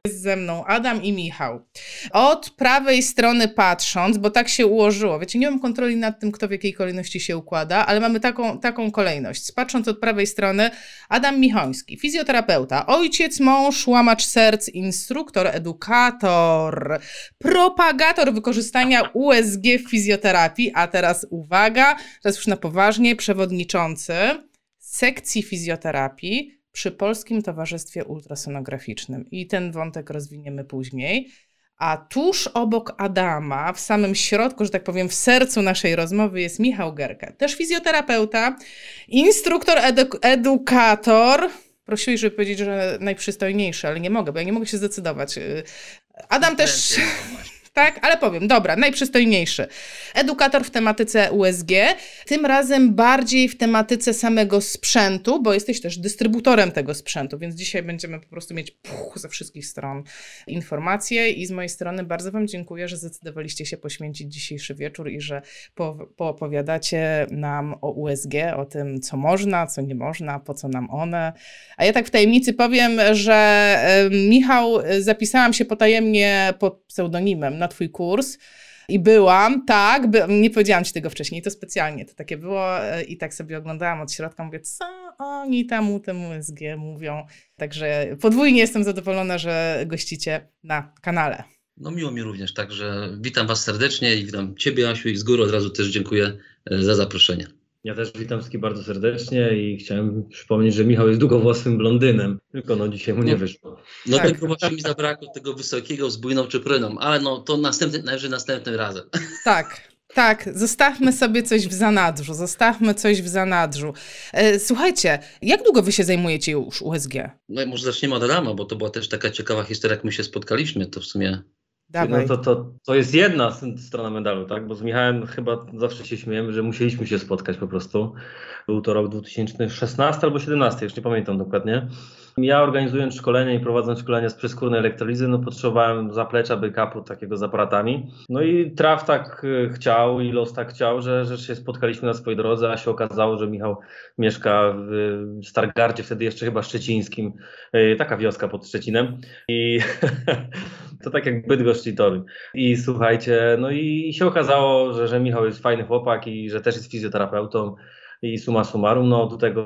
Jest ze mną Adam i Michał. Od prawej strony patrząc, bo tak się ułożyło, wiecie, nie mam kontroli nad tym, kto w jakiej kolejności się układa, ale mamy taką kolejność. Patrząc od prawej strony, Adam Michoński, fizjoterapeuta, ojciec, mąż, łamacz serc, instruktor, edukator, propagator wykorzystania USG w fizjoterapii, a teraz uwaga, teraz już na poważnie, przewodniczący sekcji fizjoterapii przy Polskim Towarzystwie Ultrasonograficznym. I ten wątek rozwiniemy później. A tuż obok Adama, w samym środku, że tak powiem, w sercu naszej rozmowy jest Michał Gerke. Też fizjoterapeuta, instruktor, edukator. Prosiłeś, żeby powiedzieć, że najprzystojniejszy, ale nie mogę, bo ja nie mogę się zdecydować. Adam też... Tak, ale powiem, dobra, najprzystojniejszy. Edukator w tematyce USG, tym razem bardziej w tematyce samego sprzętu, bo jesteś też dystrybutorem tego sprzętu, więc dzisiaj będziemy po prostu mieć ze wszystkich stron informacje i z mojej strony bardzo Wam dziękuję, że zdecydowaliście się poświęcić dzisiejszy wieczór i że poopowiadacie nam o USG, o tym, co można, co nie można, po co nam one. A ja tak w tajemnicy powiem, że Michał, zapisałam się potajemnie pod pseudonimem na Twój kurs i byłam, tak, nie powiedziałam Ci tego wcześniej, to specjalnie, to takie było i tak sobie oglądałam od środka, mówię, co oni tam temu USG mówią. Także podwójnie jestem zadowolona, że gościcie na kanale. No miło mi również, także witam Was serdecznie i witam Ciebie, Asiu, i z góry od razu też dziękuję za zaproszenie. Ja też witam wszystkich bardzo serdecznie i chciałem przypomnieć, że Michał jest długowłosym blondynem, tylko dzisiaj mu nie wyszło. No tak. Tego właśnie mi zabrakło, tego wysokiego z bujną czupryną, ale no to następnym razem. Tak, zostawmy sobie coś w zanadrzu. Słuchajcie, jak długo wy się zajmujecie już USG? No i może zaczniemy od Adama, bo to była też taka ciekawa historia, jak my się spotkaliśmy, to w sumie... Dawaj. No to jest jedna strona medalu, tak? Bo z Michałem chyba zawsze się śmiejemy, że musieliśmy się spotkać po prostu. Był to rok 2016 albo 2017, już nie pamiętam dokładnie. Ja organizując szkolenia i prowadząc szkolenia z przeskórnej elektrolizy, no potrzebowałem zaplecza, backupu takiego z aparatami. No i traf tak chciał i los tak chciał, że się spotkaliśmy na swojej drodze, a się okazało, że Michał mieszka w Stargardzie, wtedy jeszcze chyba szczecińskim, taka wioska pod Szczecinem. I to tak jak Bydgoszcz i Toruń. I słuchajcie, no i się okazało, że Michał jest fajny chłopak i że też jest fizjoterapeutą. I summa summarum, no do tego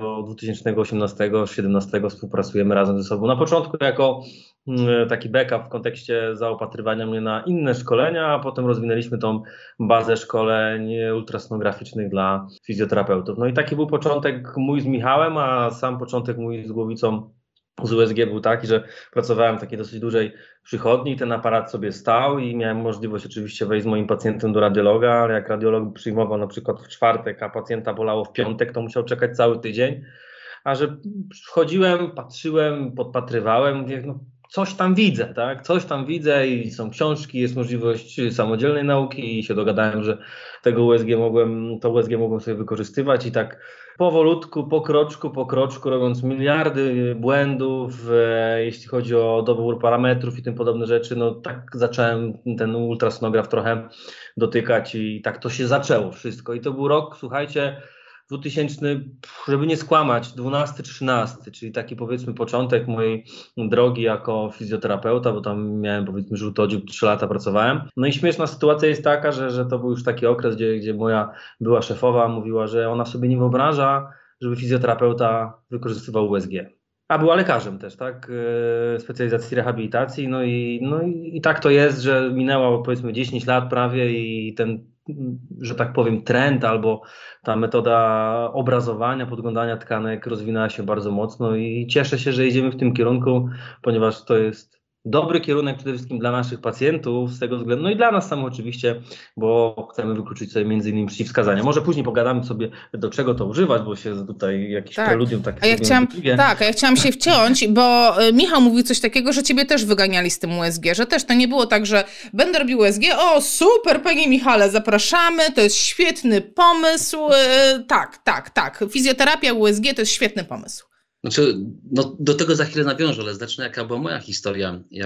2018-2017 współpracujemy razem ze sobą. Na początku jako taki backup w kontekście zaopatrywania mnie na inne szkolenia, a potem rozwinęliśmy tą bazę szkoleń ultrasonograficznych dla fizjoterapeutów. No i taki był początek mój z Michałem, a sam początek mój z Głowicą z USG był taki, że pracowałem w takiej dosyć dużej przychodni, ten aparat sobie stał i miałem możliwość oczywiście wejść z moim pacjentem do radiologa, ale jak radiolog przyjmował na przykład w czwartek, a pacjenta bolało w piątek, to musiał czekać cały tydzień. A że wchodziłem, patrzyłem, podpatrywałem, mówię, no coś tam widzę, tak? Coś tam widzę i są książki, jest możliwość samodzielnej nauki i się dogadałem, że to USG mogłem sobie wykorzystywać i tak powolutku, po kroczku, robiąc miliardy błędów, jeśli chodzi o dobór parametrów i tym podobne rzeczy, no tak zacząłem ten ultrasonograf trochę dotykać i tak to się zaczęło wszystko. I to był rok, słuchajcie, 2000, żeby nie skłamać, 12-13, czyli taki powiedzmy początek mojej drogi jako fizjoterapeuta, bo tam miałem powiedzmy żółty oddział, 3 lata pracowałem. No i śmieszna sytuacja jest taka, że to był już taki okres, gdzie moja była szefowa mówiła, że ona sobie nie wyobraża, żeby fizjoterapeuta wykorzystywał USG. A była lekarzem też, tak, specjalizacji rehabilitacji, no i tak to jest, że minęło powiedzmy 10 lat prawie i ten, że tak powiem, trend albo ta metoda obrazowania, podglądania tkanek rozwinęła się bardzo mocno i cieszę się, że idziemy w tym kierunku, ponieważ to jest dobry kierunek przede wszystkim dla naszych pacjentów z tego względu, no i dla nas samych oczywiście, bo chcemy wykluczyć sobie między innymi przeciwwskazania. Może później pogadamy sobie, do czego to używać, bo się tutaj jakiś preludium takie... A ja chciałam się wciąć, bo Michał mówił coś takiego, że ciebie też wyganiali z tym USG, że też to nie było tak, że będę robił USG, o super, panie Michale, zapraszamy, to jest świetny pomysł, tak, fizjoterapia USG to jest świetny pomysł. Znaczy, no, do tego za chwilę nawiążę, ale zacznę, jaka była moja historia. Ja w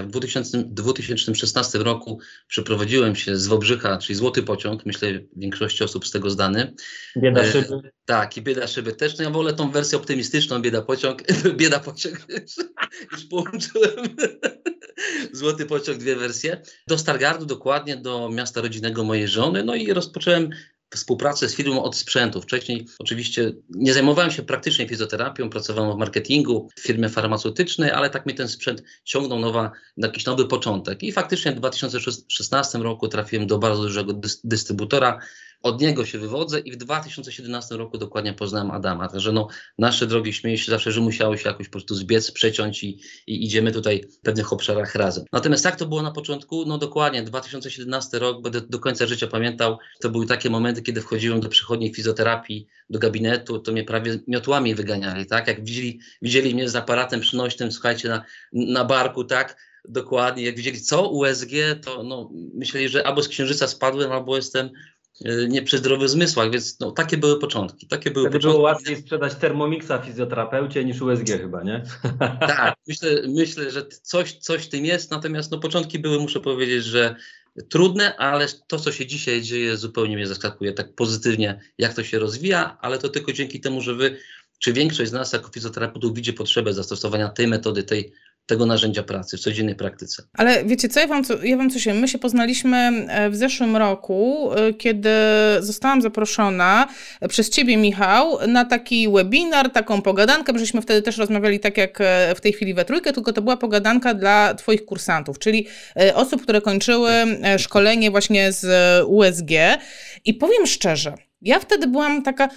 2016 roku przeprowadziłem się z Wałbrzycha, czyli Złoty Pociąg, myślę, większości osób z tego zdany. Bieda szyby. Tak, i bieda szyby też. No ja wolę tą wersję optymistyczną, bieda pociąg, już połączyłem. Złoty pociąg, 2 wersje. Do Stargardu, dokładnie do miasta rodzinnego mojej żony. No i rozpocząłem współpracę z firmą od sprzętu. Wcześniej oczywiście nie zajmowałem się praktycznie fizjoterapią, pracowałem w marketingu, w firmie farmaceutycznej, ale tak mnie ten sprzęt ciągnął na jakiś nowy początek. I faktycznie w 2016 roku trafiłem do bardzo dużego dystrybutora. Od niego się wywodzę i w 2017 roku dokładnie poznałem Adama. Także nasze drogi, śmieję się zawsze, że musiały się jakoś po prostu zbiec, przeciąć i idziemy tutaj w pewnych obszarach razem. Natomiast jak to było na początku? No dokładnie, 2017 rok, będę do końca życia pamiętał, to były takie momenty, kiedy wchodziłem do przychodni fizjoterapii, do gabinetu, to mnie prawie miotłami wyganiali, tak? Jak widzieli mnie z aparatem przynośnym, słuchajcie, na barku, tak? Dokładnie, jak widzieli co? USG, to myśleli, że albo z księżyca spadłem, albo jestem nie przy zdrowych zmysłach, więc takie były początki. Było łatwiej sprzedać Thermomixa fizjoterapeucie niż USG chyba, nie? Tak, myślę, że coś w tym jest, natomiast początki były, muszę powiedzieć, że trudne, ale to, co się dzisiaj dzieje, zupełnie mnie zaskakuje tak pozytywnie, jak to się rozwija, ale to tylko dzięki temu, że wy, czy większość z nas jako fizjoterapeutów widzi potrzebę zastosowania tej metody, tego narzędzia pracy w codziennej praktyce. Ale wiecie co, ja wam coś powiem. My się poznaliśmy w zeszłym roku, kiedy zostałam zaproszona przez ciebie, Michał, na taki webinar, taką pogadankę, bo żeśmy wtedy też rozmawiali tak jak w tej chwili we trójkę, tylko to była pogadanka dla twoich kursantów, czyli osób, które kończyły szkolenie właśnie z USG. I powiem szczerze, ja wtedy byłam taka,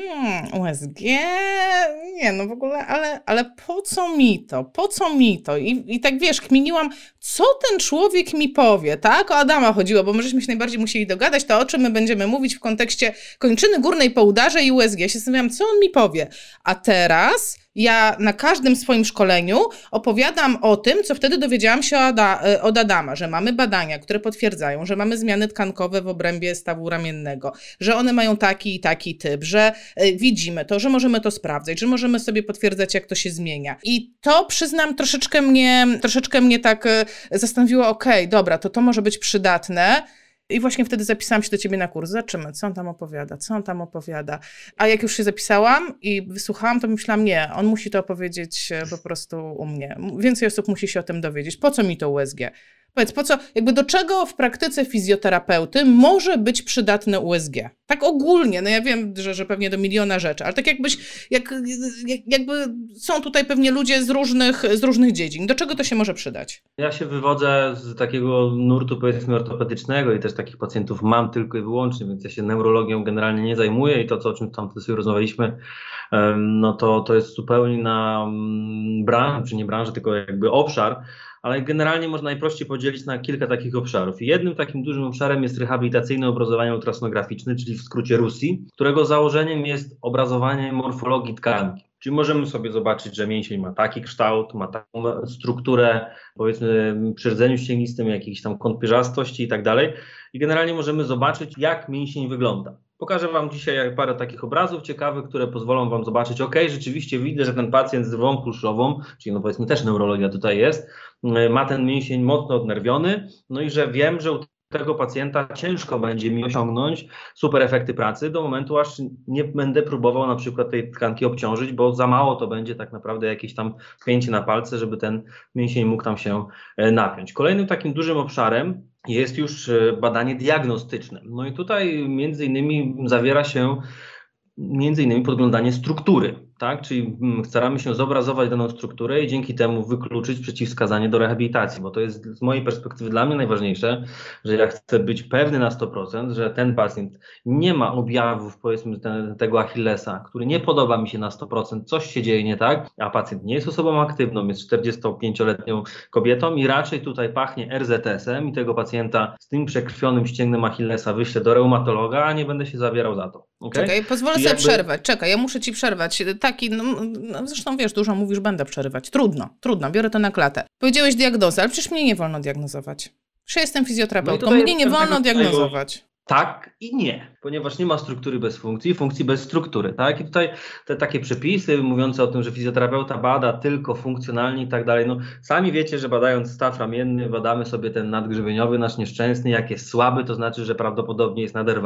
USG? Nie, w ogóle, ale po co mi to? Po co mi to? I tak wiesz, kminiłam, co ten człowiek mi powie, tak? O Adama chodziło, bo my żeśmy się najbardziej musieli dogadać, to o czym my będziemy mówić w kontekście kończyny górnej po udarze i USG. Ja się zastanawiam, co on mi powie. A teraz ja na każdym swoim szkoleniu opowiadam o tym, co wtedy dowiedziałam się od Adama, że mamy badania, które potwierdzają, że mamy zmiany tkankowe w obrębie stawu ramiennego, że one mają taki i taki typ, że widzimy to, że możemy to sprawdzać, że możemy sobie potwierdzać, jak to się zmienia. I to, przyznam, troszeczkę mnie tak zastanowiło, okej, dobra, to może być przydatne. I właśnie wtedy zapisałam się do ciebie na kurs. Zobaczymy, co on tam opowiada. A jak już się zapisałam i wysłuchałam, to myślałam, nie, on musi to opowiedzieć po prostu u mnie. Więcej osób musi się o tym dowiedzieć. Po co mi to USG? Powiedz, po co, do czego w praktyce fizjoterapeuty może być przydatne USG? Tak ogólnie, ja wiem, że pewnie do miliona rzeczy, ale tak jakby są tutaj pewnie ludzie z różnych dziedzin. Do czego to się może przydać? Ja się wywodzę z takiego nurtu, powiedzmy, ortopedycznego i też takich pacjentów mam tylko i wyłącznie, więc ja się neurologią generalnie nie zajmuję i to, o czym tam sobie rozmawialiśmy, to jest zupełnie na branżę, czy nie branżę, tylko jakby obszar, ale generalnie można najprościej podzielić na kilka takich obszarów. I jednym takim dużym obszarem jest rehabilitacyjne obrazowanie ultrasonograficzne, czyli w skrócie RUSI, którego założeniem jest obrazowanie morfologii tkanki. Czyli możemy sobie zobaczyć, że mięsień ma taki kształt, ma taką strukturę, powiedzmy przy rdzeniu ścięgnistym, jakiejś tam kąt pierzastości i tak dalej. I generalnie możemy zobaczyć, jak mięsień wygląda. Pokażę wam dzisiaj parę takich obrazów ciekawych, które pozwolą wam zobaczyć, rzeczywiście widzę, że ten pacjent z drwą kulszową, czyli powiedzmy też neurologia tutaj jest, ma ten mięsień mocno odnerwiony, i że wiem, że u tego pacjenta ciężko będzie mi osiągnąć super efekty pracy do momentu, aż nie będę próbował na przykład tej tkanki obciążyć, bo za mało to będzie tak naprawdę jakieś tam wpięcie na palce, żeby ten mięsień mógł tam się napiąć. Kolejnym takim dużym obszarem jest już badanie diagnostyczne. I tutaj między innymi zawiera się podglądanie struktury, tak? Czyli staramy się zobrazować daną strukturę i dzięki temu wykluczyć przeciwwskazanie do rehabilitacji, bo to jest z mojej perspektywy dla mnie najważniejsze, że ja chcę być pewny na 100%, że ten pacjent nie ma objawów, powiedzmy, tego Achillesa, który nie podoba mi się na 100%, coś się dzieje nie tak, a pacjent nie jest osobą aktywną, jest 45-letnią kobietą i raczej tutaj pachnie RZS-em i tego pacjenta z tym przekrwionym ścięgnem Achillesa wyślę do reumatologa, a nie będę się zabierał za to. Okay? Czekaj, pozwolę sobie przerwać. Czekaj, ja muszę ci przerwać. Zresztą wiesz, dużo mówisz, będę przerywać. Trudno, biorę to na klatę. Powiedziałeś diagnozę, ale przecież mnie nie wolno diagnozować. Że jestem fizjoterapeutą, mnie nie wolno diagnozować. Tak i nie, ponieważ nie ma struktury bez funkcji, funkcji bez struktury, tak? I tutaj te takie przepisy mówiące o tym, że fizjoterapeuta bada tylko funkcjonalnie i tak dalej, sami wiecie, że badając staw ramienny, badamy sobie ten nadgrzebieniowy nasz nieszczęsny, jak jest słaby, to znaczy, że prawdopodobnie jest naderwany.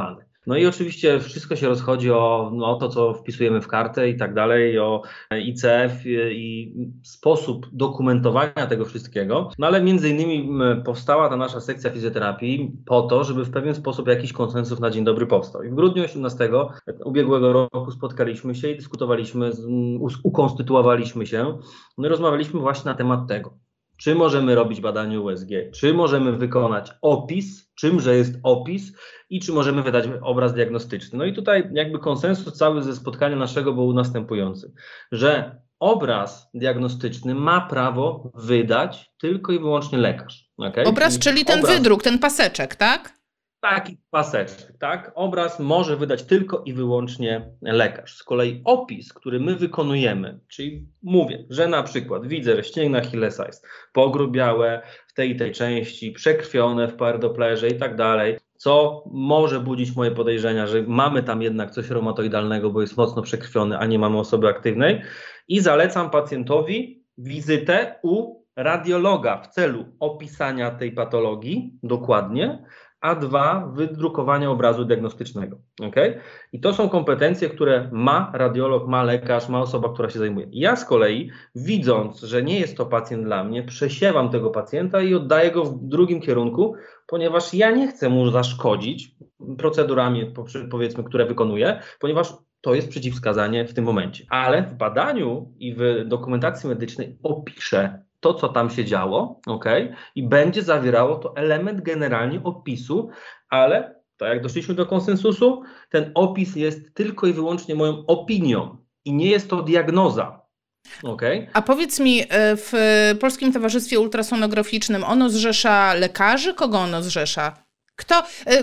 No i oczywiście wszystko się rozchodzi o to, co wpisujemy w kartę i tak dalej, o ICF i sposób dokumentowania tego wszystkiego. No ale między innymi powstała ta nasza sekcja fizjoterapii po to, żeby w pewien sposób jakiś konsensus na dzień dobry powstał. I w grudniu 18 ubiegłego roku spotkaliśmy się i dyskutowaliśmy, ukonstytuowaliśmy się, no i rozmawialiśmy właśnie na temat tego. Czy możemy robić badanie USG, czy możemy wykonać opis, czymże jest opis i czy możemy wydać obraz diagnostyczny. No i tutaj jakby konsensus cały ze spotkania naszego był następujący, że obraz diagnostyczny ma prawo wydać tylko i wyłącznie lekarz. Okay? Obraz, czyli ten wydruk, ten paseczek, tak? Taki paseczek, tak? Obraz może wydać tylko i wyłącznie lekarz. Z kolei opis, który my wykonujemy, czyli mówię, że na przykład widzę, że ścięgna Achillesa jest pogrubiałe w tej części, przekrwione w pardoplerze i tak dalej, co może budzić moje podejrzenia, że mamy tam jednak coś reumatoidalnego, bo jest mocno przekrwiony, a nie mamy osoby aktywnej i zalecam pacjentowi wizytę u radiologa w celu opisania tej patologii dokładnie, a 2 wydrukowania obrazu diagnostycznego. Okay? I to są kompetencje, które ma radiolog, ma lekarz, ma osoba, która się zajmuje. Ja z kolei, widząc, że nie jest to pacjent dla mnie, przesiewam tego pacjenta i oddaję go w drugim kierunku, ponieważ ja nie chcę mu zaszkodzić procedurami, powiedzmy, które wykonuję, ponieważ to jest przeciwwskazanie w tym momencie. Ale w badaniu i w dokumentacji medycznej opiszę to, co tam się działo, i będzie zawierało to element generalnie opisu, ale tak jak doszliśmy do konsensusu, ten opis jest tylko i wyłącznie moją opinią i nie jest to diagnoza. A powiedz mi, w Polskim Towarzystwie Ultrasonograficznym ono zrzesza lekarzy? Kogo ono zrzesza? Kto?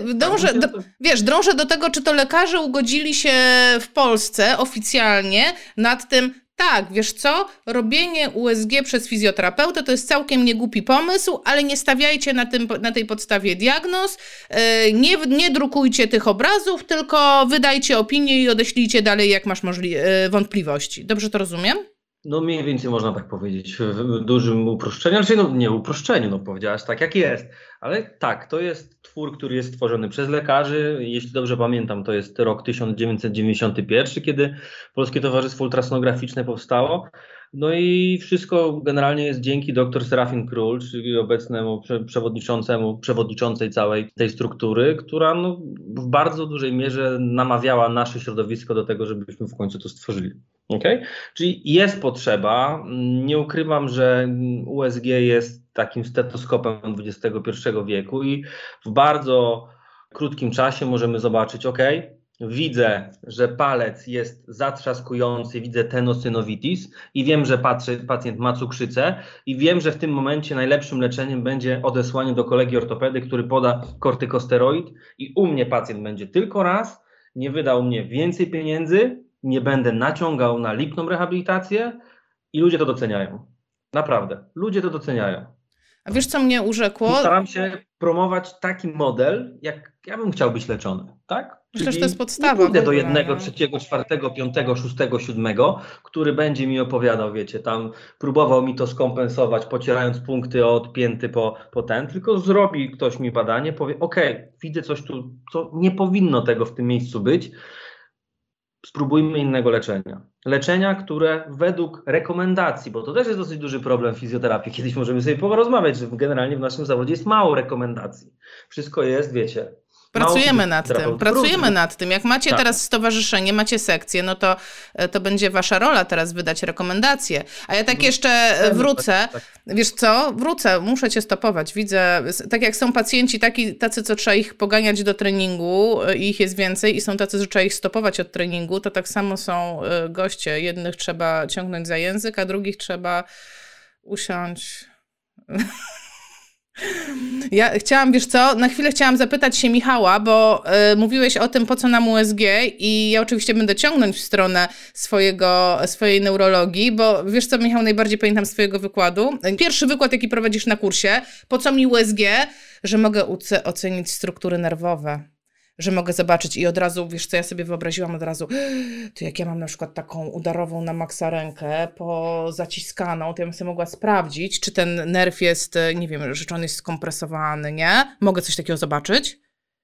Drążę do tego, czy to lekarze ugodzili się w Polsce oficjalnie nad tym, tak, wiesz co, robienie USG przez fizjoterapeutę to jest całkiem niegłupi pomysł, ale nie stawiajcie na tej podstawie diagnoz, nie drukujcie tych obrazów, tylko wydajcie opinię i odeślijcie dalej, jak masz wątpliwości. Dobrze to rozumiem? No mniej więcej można tak powiedzieć, w dużym uproszczeniu, nie uproszczeniu, powiedziałaś tak jak jest, ale tak, to jest twór, który jest stworzony przez lekarzy, jeśli dobrze pamiętam, to jest rok 1991, kiedy Polskie Towarzystwo Ultrasonograficzne powstało, no i wszystko generalnie jest dzięki dr Serafin Król, czyli obecnemu przewodniczącej całej tej struktury, która w bardzo dużej mierze namawiała nasze środowisko do tego, żebyśmy w końcu to stworzyli. Okay? Czyli jest potrzeba, nie ukrywam, że USG jest takim stetoskopem XXI wieku i w bardzo krótkim czasie możemy zobaczyć, widzę, że palec jest zatrzaskujący, widzę tenosynovitis i wiem, że pacjent ma cukrzycę i wiem, że w tym momencie najlepszym leczeniem będzie odesłanie do kolegi ortopedy, który poda kortykosteroid i u mnie pacjent będzie tylko raz, nie wyda u mnie więcej pieniędzy, nie będę naciągał na lipną rehabilitację i ludzie to doceniają. Naprawdę, ludzie to doceniają. A wiesz, co mnie urzekło? Staram się promować taki model, jak ja bym chciał być leczony, tak? Myślę, że to jest podstawa. Nie pójdę do 1, 3, 4, 5, 6, 7, który będzie mi opowiadał, tam próbował mi to skompensować, pocierając punkty od pięty po ten, tylko zrobi ktoś mi badanie, powie, widzę coś tu, co nie powinno tego w tym miejscu być, spróbujmy innego leczenia. Leczenia, które według rekomendacji, bo to też jest dosyć duży problem w fizjoterapii, kiedyś możemy sobie porozmawiać, że generalnie w naszym zawodzie jest mało rekomendacji. Wszystko jest, Pracujemy nad tym. Jak macie teraz stowarzyszenie, macie sekcję, no to będzie wasza rola teraz wydać rekomendacje. A ja tak jeszcze wrócę. Wiesz co? Muszę cię stopować. Widzę, tak jak są pacjenci tacy, co trzeba ich poganiać do treningu i ich jest więcej i są tacy, że trzeba ich stopować od treningu, to tak samo są goście. Jednych trzeba ciągnąć za język, a drugich trzeba usiąść. Ja chciałam, wiesz co, na chwilę chciałam zapytać się Michała, bo mówiłeś o tym, po co nam USG i ja oczywiście będę ciągnąć w stronę swojej neurologii, bo wiesz co, Michał, najbardziej pamiętam z twojego wykładu. Pierwszy wykład, jaki prowadzisz na kursie, po co mi USG? Że mogę ocenić struktury nerwowe. Że mogę zobaczyć i od razu, wiesz co, ja sobie wyobraziłam od razu, to jak ja mam na przykład taką udarową na maksa rękę zaciskaną, to ja bym sobie mogła sprawdzić, czy ten nerw jest, nie wiem, czy on jest skompresowany, nie? Mogę coś takiego zobaczyć?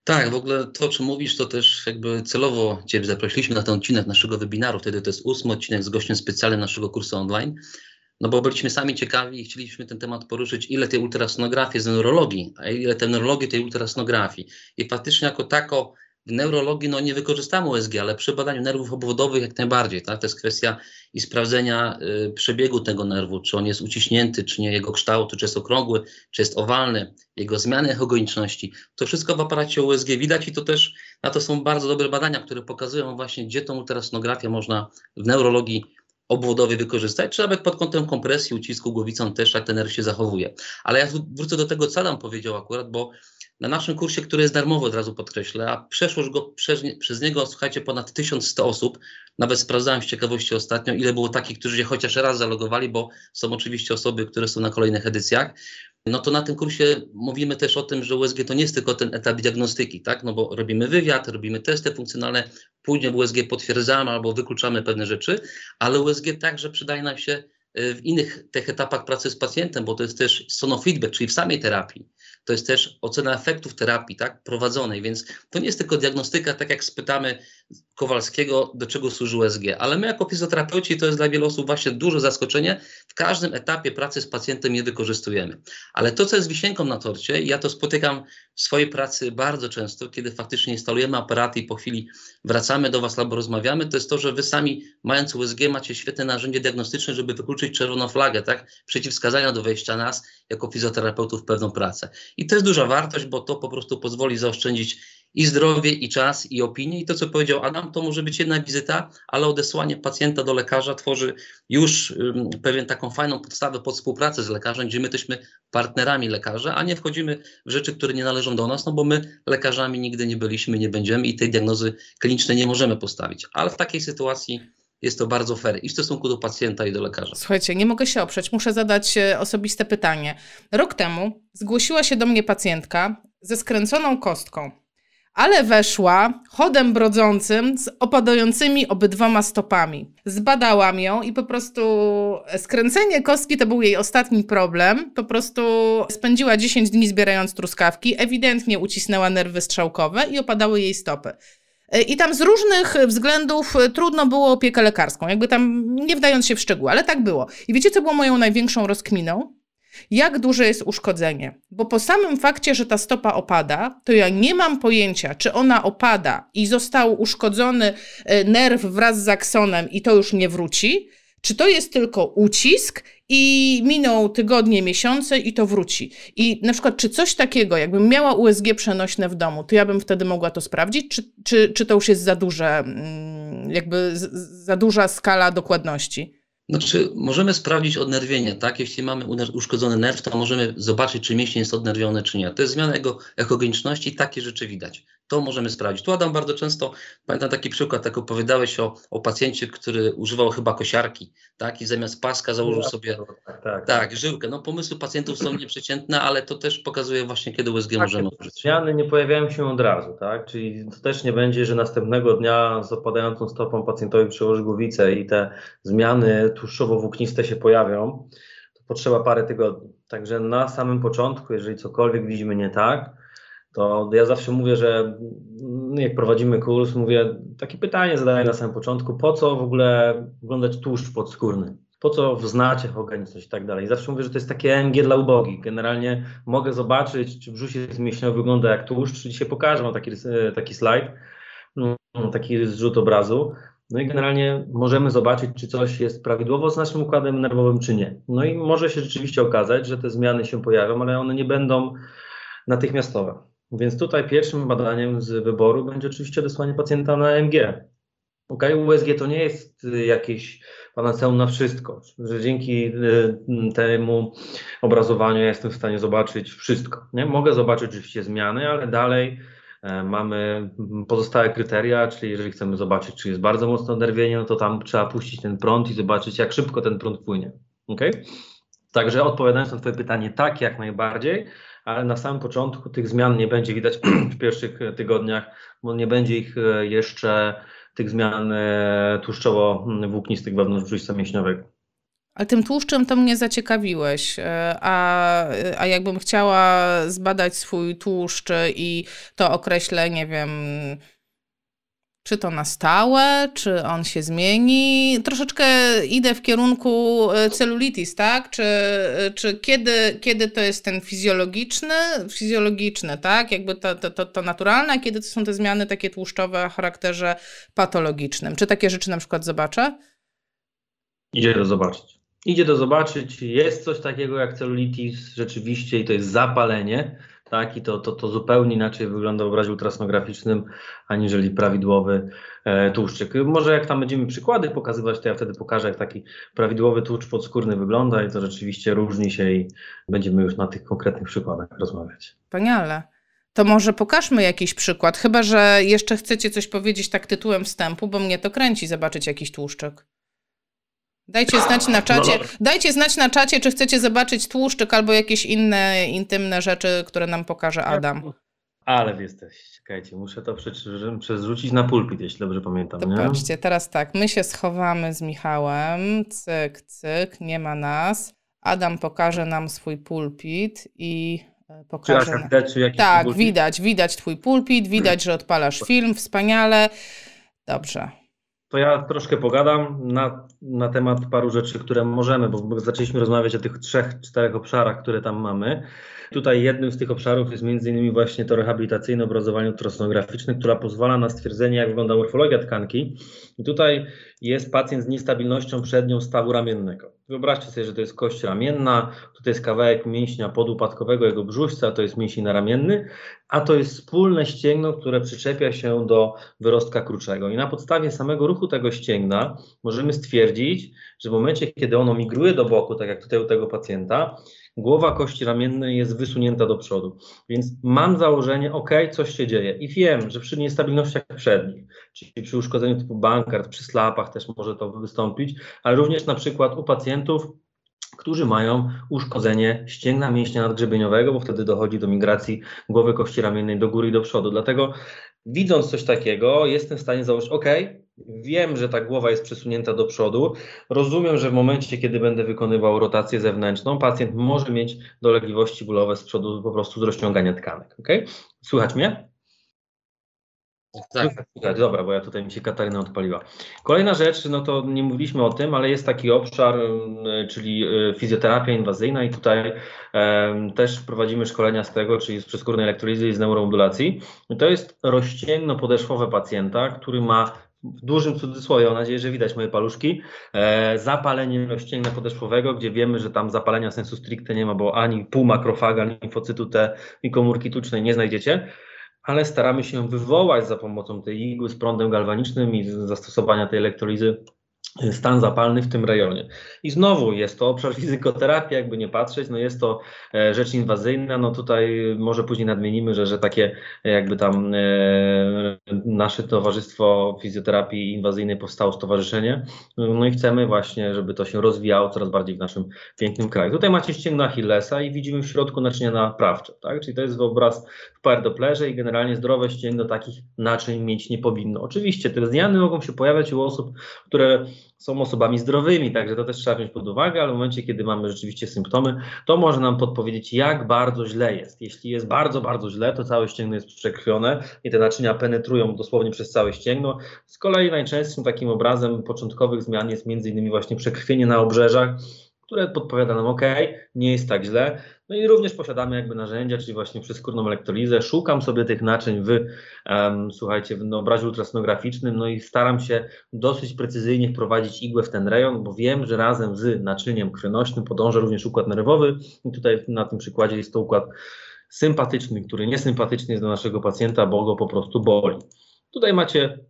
Tak, w ogóle to, o czym mówisz, to też jakby celowo Cię zaprosiliśmy na ten odcinek naszego webinaru, wtedy to jest 8 odcinek z gościem specjalnym naszego kursu online, no bo byliśmy sami ciekawi i chcieliśmy ten temat poruszyć, ile tej ultrasonografii z neurologii, a ile tej neurologii, tej ultrasonografii. I faktycznie jako tako w neurologii nie wykorzystamy USG, ale przy badaniu nerwów obwodowych jak najbardziej. Tak? To jest kwestia i sprawdzenia przebiegu tego nerwu, czy on jest uciśnięty, czy nie, jego kształtu, czy jest okrągły, czy jest owalny, jego zmiany echogoniczności. To wszystko w aparacie USG widać i to też na to są bardzo dobre badania, które pokazują właśnie, gdzie tą ultrasonografię można w neurologii obwodowej wykorzystać, czy nawet pod kątem kompresji, ucisku głowicą też jak ten nerw się zachowuje. Ale ja wrócę do tego, co Adam powiedział akurat, bo na naszym kursie, który jest darmowy, od razu podkreślę, a przeszło już go przez niego, słuchajcie, ponad 1100 osób. Nawet sprawdzałem z ciekawości ostatnio, ile było takich, którzy się chociaż raz zalogowali, bo są oczywiście osoby, które są na kolejnych edycjach. No to na tym kursie mówimy też o tym, że USG to nie jest tylko ten etap diagnostyki, tak? No bo robimy wywiad, robimy testy funkcjonalne, później w USG potwierdzamy albo wykluczamy pewne rzeczy, ale USG także przydaje nam się w innych tych etapach pracy z pacjentem, bo to jest też sonofeedback, czyli w samej terapii. To jest też ocena efektów terapii, tak, prowadzonej, więc to nie jest tylko diagnostyka, tak jak spytamy Kowalskiego, do czego służy USG, ale my jako fizjoterapeuci, to jest dla wielu osób właśnie duże zaskoczenie, w każdym etapie pracy z pacjentem je wykorzystujemy. Ale to, co jest wisienką na torcie, ja to spotykam w swojej pracy bardzo często, kiedy faktycznie instalujemy aparaty i po chwili wracamy do Was albo rozmawiamy, to jest to, że Wy sami, mając USG, macie świetne narzędzie diagnostyczne, żeby wykluczyć czerwoną flagę, tak, przeciwwskazania do wejścia nas jako fizjoterapeutów w pewną pracę. I to jest duża wartość, bo to po prostu pozwoli zaoszczędzić i zdrowie, i czas, i opinię. I to, co powiedział Adam, to może być jedna wizyta, ale odesłanie pacjenta do lekarza tworzy już pewien taką fajną podstawę pod współpracę z lekarzem, gdzie my jesteśmy partnerami lekarza, a nie wchodzimy w rzeczy, które nie należą do nas, no bo my lekarzami nigdy nie byliśmy, nie będziemy i tej diagnozy klinicznej nie możemy postawić. Ale w takiej sytuacji jest to bardzo fair i w stosunku do pacjenta i do lekarza. Słuchajcie, nie mogę się oprzeć, muszę zadać osobiste pytanie. Rok temu zgłosiła się do mnie pacjentka ze skręconą kostką, ale weszła chodem brodzącym z opadającymi obydwoma stopami. Zbadałam ją i po prostu skręcenie kostki to był jej ostatni problem. Po prostu spędziła 10 dni zbierając truskawki, ewidentnie ucisnęła nerwy strzałkowe i opadały jej stopy. I tam z różnych względów trudno było opiekę lekarską, jakby tam nie wdając się w szczegóły, ale tak było. I wiecie, co było moją największą rozkminą? Jak duże jest uszkodzenie. Bo po samym fakcie, że ta stopa opada, to ja nie mam pojęcia, czy ona opada i został uszkodzony nerw wraz z aksonem i to już nie wróci, czy to jest tylko ucisk i miną tygodnie, miesiące i to wróci. I na przykład, czy coś takiego, jakbym miała USG przenośne w domu, to ja bym wtedy mogła to sprawdzić, czy to już jest za duże, jakby za duża skala dokładności? Znaczy, możemy sprawdzić odnerwienie, tak? Jeśli mamy uszkodzony nerw, to możemy zobaczyć, czy mięsień jest odnerwiony, czy nie. To jest zmiana jego echogeniczności, takie rzeczy widać. To możemy sprawdzić. Tu Adam bardzo często, pamiętam taki przykład, tak opowiadałeś o pacjencie, który używał chyba kosiarki, tak? I zamiast paska założył sobie tak, żyłkę. No pomysły pacjentów są nieprzeciętne, ale to też pokazuje właśnie, kiedy USG możemy użyć. Zmiany nie pojawiają się od razu, tak? Czyli to też nie będzie, że następnego dnia z opadającą stopą pacjentowi przełoży głowicę i te zmiany tłuszczowo-włókniste się pojawią, to potrzeba parę tygodni. Także na samym początku, jeżeli cokolwiek widzimy nie tak, to ja zawsze mówię, że jak prowadzimy kurs, mówię, takie pytanie zadaję na samym początku, po co w ogóle oglądać tłuszcz podskórny? Po co znać echogeniczność i tak dalej. Zawsze mówię, że to jest takie EMG dla ubogich. Generalnie mogę zobaczyć, czy brzuch jest mięśniowy, wygląda jak tłuszcz. Dzisiaj pokażę wam taki slajd, taki zrzut obrazu. No i generalnie możemy zobaczyć, czy coś jest prawidłowo z naszym układem nerwowym, czy nie. No i może się rzeczywiście okazać, że te zmiany się pojawią, ale one nie będą natychmiastowe. Więc tutaj pierwszym badaniem z wyboru będzie oczywiście odesłanie pacjenta na EMG. USG to nie jest jakieś panaceum na wszystko, że dzięki temu obrazowaniu ja jestem w stanie zobaczyć wszystko. Nie? Mogę zobaczyć oczywiście zmiany, ale dalej mamy pozostałe kryteria, czyli jeżeli chcemy zobaczyć, czy jest bardzo mocne odnerwienie, no to tam trzeba puścić ten prąd i zobaczyć, jak szybko ten prąd płynie. Okay? Także odpowiadając na twoje pytanie, tak, jak najbardziej, ale na samym początku tych zmian nie będzie widać w pierwszych tygodniach, bo nie będzie ich jeszcze, tych zmian tłuszczowo-włóknistych wewnątrz brzuszca mięśniowego. Ale tym tłuszczem to mnie zaciekawiłeś, a jakbym chciała zbadać swój tłuszcz i to określę, nie wiem, czy to na stałe, czy on się zmieni. Troszeczkę idę w kierunku celulitis, tak? Czy kiedy to jest ten fizjologiczny, tak? Jakby to naturalne, a kiedy to są te zmiany takie tłuszczowe o charakterze patologicznym. Czy takie rzeczy na przykład zobaczę? Idzie to zobaczyć. Jest coś takiego jak celulitis rzeczywiście i to jest zapalenie, tak? I to zupełnie inaczej wygląda w obrazie ultrasonograficznym, aniżeli prawidłowy tłuszczyk. Może jak tam będziemy przykłady pokazywać, to ja wtedy pokażę, jak taki prawidłowy tłuszcz podskórny wygląda i to rzeczywiście różni się i będziemy już na tych konkretnych przykładach rozmawiać. Wspaniale. To może pokażmy jakiś przykład, chyba że jeszcze chcecie coś powiedzieć tak tytułem wstępu, bo mnie to kręci zobaczyć jakiś tłuszczyk. Dajcie znać na czacie, czy chcecie zobaczyć tłuszczyk albo jakieś inne intymne rzeczy, które nam pokaże Adam. Ale wy jesteście, czekajcie, muszę to przerzucić na pulpit, jeśli dobrze pamiętam. To nie? patrzcie, teraz tak, my się schowamy z Michałem, cyk, cyk, nie ma nas. Adam pokaże nam swój pulpit i pokaże nam. Tak, widać twój pulpit, widać, że odpalasz film, wspaniale, dobrze. To ja troszkę pogadam na temat paru rzeczy, które możemy, bo zaczęliśmy rozmawiać o tych 3-4 obszarach, które tam mamy. Tutaj jednym z tych obszarów jest m.in. właśnie to rehabilitacyjne obrazowanie ultrasonograficzne, która pozwala na stwierdzenie, jak wygląda morfologia tkanki. I tutaj jest pacjent z niestabilnością przednią stawu ramiennego. Wyobraźcie sobie, że to jest kość ramienna, tutaj jest kawałek mięśnia podupadkowego, jego brzuszca, to jest mięsień naramienny, a to jest wspólne ścięgno, które przyczepia się do wyrostka kruczego. I na podstawie samego ruchu tego ścięgna możemy stwierdzić, że w momencie, kiedy ono migruje do boku, tak jak tutaj u tego pacjenta, głowa kości ramiennej jest wysunięta do przodu. Więc mam założenie, coś się dzieje. I wiem, że przy niestabilnościach przednich, czyli przy uszkodzeniu typu Bankart, przy slapach też może to wystąpić, ale również na przykład u pacjentów, którzy mają uszkodzenie ścięgna mięśnia nadgrzebieniowego, bo wtedy dochodzi do migracji głowy kości ramiennej do góry i do przodu. Dlatego widząc coś takiego, jestem w stanie założyć, wiem, że ta głowa jest przesunięta do przodu, rozumiem, że w momencie, kiedy będę wykonywał rotację zewnętrzną, pacjent może mieć dolegliwości bólowe z przodu po prostu z rozciągania tkanek. Słychać mnie? Tak. Dobra, bo tutaj mi się Kataryna odpaliła. Kolejna rzecz, to nie mówiliśmy o tym, ale jest taki obszar, czyli fizjoterapia inwazyjna i tutaj też prowadzimy szkolenia z tego, czyli z przeskórnej elektrolizy i z neuromodulacji. I to jest rozścięgno podeszwowe pacjenta, który ma w dużym cudzysłowie, mam nadzieję, że widać moje paluszki, zapalenie rozścięgna podeszwowego, gdzie wiemy, że tam zapalenia sensu stricte nie ma, bo ani półmakrofaga, ani limfocytu T i komórki tucznej nie znajdziecie, ale staramy się wywołać za pomocą tej igły z prądem galwanicznym i zastosowania tej elektrolizy stan zapalny w tym rejonie. I znowu jest to obszar fizykoterapii, jakby nie patrzeć, jest to rzecz inwazyjna, tutaj może później nadmienimy, że takie jakby tam nasze Towarzystwo Fizjoterapii Inwazyjnej powstało stowarzyszenie, i chcemy właśnie, żeby to się rozwijało coraz bardziej w naszym pięknym kraju. Tutaj macie ścięgno Achillesa i widzimy w środku naczynia naprawcze, tak? Czyli to jest obraz w power Dopplerze i generalnie zdrowe ścięgno takich naczyń mieć nie powinno. Oczywiście te zmiany mogą się pojawiać u osób, które są osobami zdrowymi, także to też trzeba wziąć pod uwagę, ale w momencie, kiedy mamy rzeczywiście symptomy, to może nam podpowiedzieć, jak bardzo źle jest. Jeśli jest bardzo, bardzo źle, to całe ścięgno jest przekrwione i te naczynia penetrują dosłownie przez całe ścięgno. Z kolei najczęstszym takim obrazem początkowych zmian jest m.in. właśnie przekrwienie na obrzeżach, które podpowiada nam, nie jest tak źle. I również posiadamy jakby narzędzia, czyli właśnie przeskórną elektrolizę. Szukam sobie tych naczyń w obrazie ultrasonograficznym, i staram się dosyć precyzyjnie wprowadzić igłę w ten rejon, bo wiem, że razem z naczyniem krwionośnym podąża również układ nerwowy i tutaj na tym przykładzie jest to układ sympatyczny, który niesympatyczny jest do naszego pacjenta, bo go po prostu boli. Tutaj macie,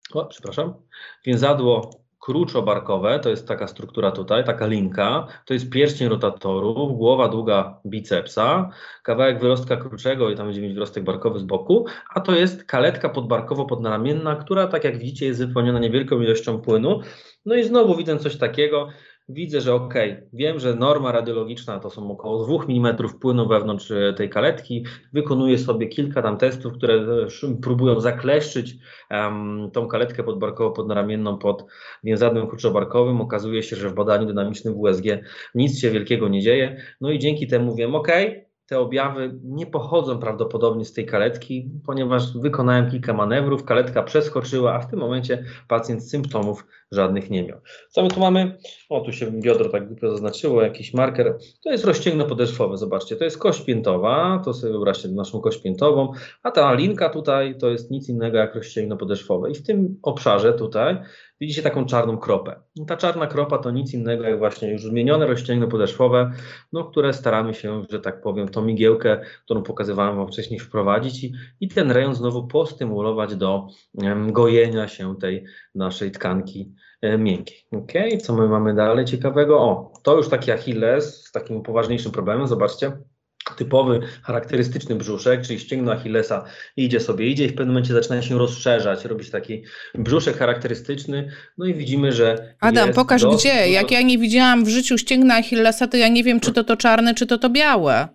więzadło kruczobarkowe, to jest taka struktura tutaj, taka linka, to jest pierścień rotatorów, głowa długa bicepsa, kawałek wyrostka kruczego i tam będzie mieć wyrostek barkowy z boku, a to jest kaletka podbarkowo-podnaramienna, która, tak jak widzicie, jest wypełniona niewielką ilością płynu. I znowu widzę coś takiego, widzę, że wiem, że norma radiologiczna to są około 2 mm płynu wewnątrz tej kaletki, wykonuję sobie kilka tam testów, które próbują zakleszczyć tą kaletkę podbarkowo-podnaramienną pod więzadłem kurczobarkowym. Okazuje się, że w badaniu dynamicznym WSG nic się wielkiego nie dzieje, no i dzięki temu wiem, te objawy nie pochodzą prawdopodobnie z tej kaletki, ponieważ wykonałem kilka manewrów, kaletka przeskoczyła, a w tym momencie pacjent symptomów żadnych nie miał. Co my tu mamy? Tu się biodro tak głupio zaznaczyło, jakiś marker. To jest rozcięgno podeszwowe, zobaczcie, to jest kość piętowa, to sobie wyobraźcie naszą kość piętową, a ta linka tutaj to jest nic innego jak rozcięgno podeszwowe. I w tym obszarze tutaj widzicie taką czarną kropę. Ta czarna kropa to nic innego jak właśnie już zmienione rozcięgno podeszwowe, które staramy się, że tak powiem, tą migiełkę, którą pokazywałem Wam wcześniej, wprowadzić i ten rejon znowu postymulować do gojenia się tej naszej tkanki miękkiej. Co my mamy dalej ciekawego? To już taki Achilles z takim poważniejszym problemem, zobaczcie. Typowy, charakterystyczny brzuszek, czyli ścięgno Achillesa idzie i w pewnym momencie zaczyna się rozszerzać, robić taki brzuszek charakterystyczny, no i widzimy, że Adam, pokaż gdzie. Jak ja nie widziałam w życiu ścięgna Achillesa, to ja nie wiem, czy to czarne, czy to białe.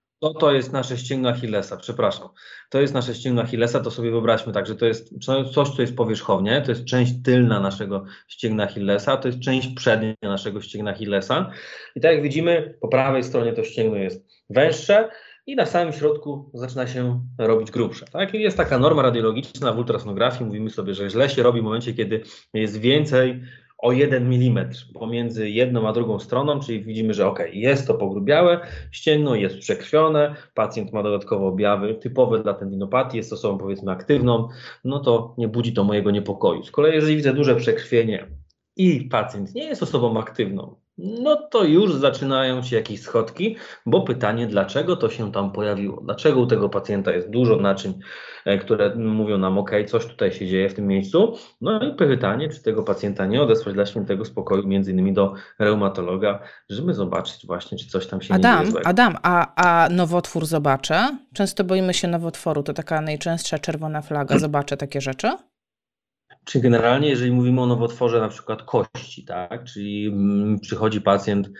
To jest nasze ścięgno Achillesa, przepraszam. To jest nasze ścięgno Achillesa, to sobie wyobraźmy tak, że to jest coś, co jest powierzchownie, to jest część tylna naszego ścięgna Achillesa, to jest część przednia naszego ścięgna Achillesa. I tak jak widzimy, po prawej stronie to ścięgno jest węższe i na samym środku zaczyna się robić grubsze. Tak? I jest taka norma radiologiczna w ultrasonografii, mówimy sobie, że źle się robi w momencie, kiedy jest więcej o 1 mm pomiędzy jedną a drugą stroną, czyli widzimy, że jest to pogrubiałe ścięgno, jest przekrwione, pacjent ma dodatkowe objawy typowe dla tendinopatii, jest osobą powiedzmy aktywną, no to nie budzi to mojego niepokoju. Z kolei jeżeli widzę duże przekrwienie i pacjent nie jest osobą aktywną, no to już zaczynają się jakieś schodki, bo pytanie, dlaczego to się tam pojawiło? Dlaczego u tego pacjenta jest dużo naczyń, które mówią nam, coś tutaj się dzieje w tym miejscu? No i pytanie, czy tego pacjenta nie odesłać dla świętego spokoju, między innymi do reumatologa, żeby zobaczyć właśnie, czy coś tam się nie dzieje złego. Adam, a nowotwór zobaczę? Często boimy się nowotworu, to taka najczęstsza czerwona flaga. Zobaczę takie rzeczy? Czy generalnie, jeżeli mówimy o nowotworze na przykład kości, tak, czyli przychodzi pacjent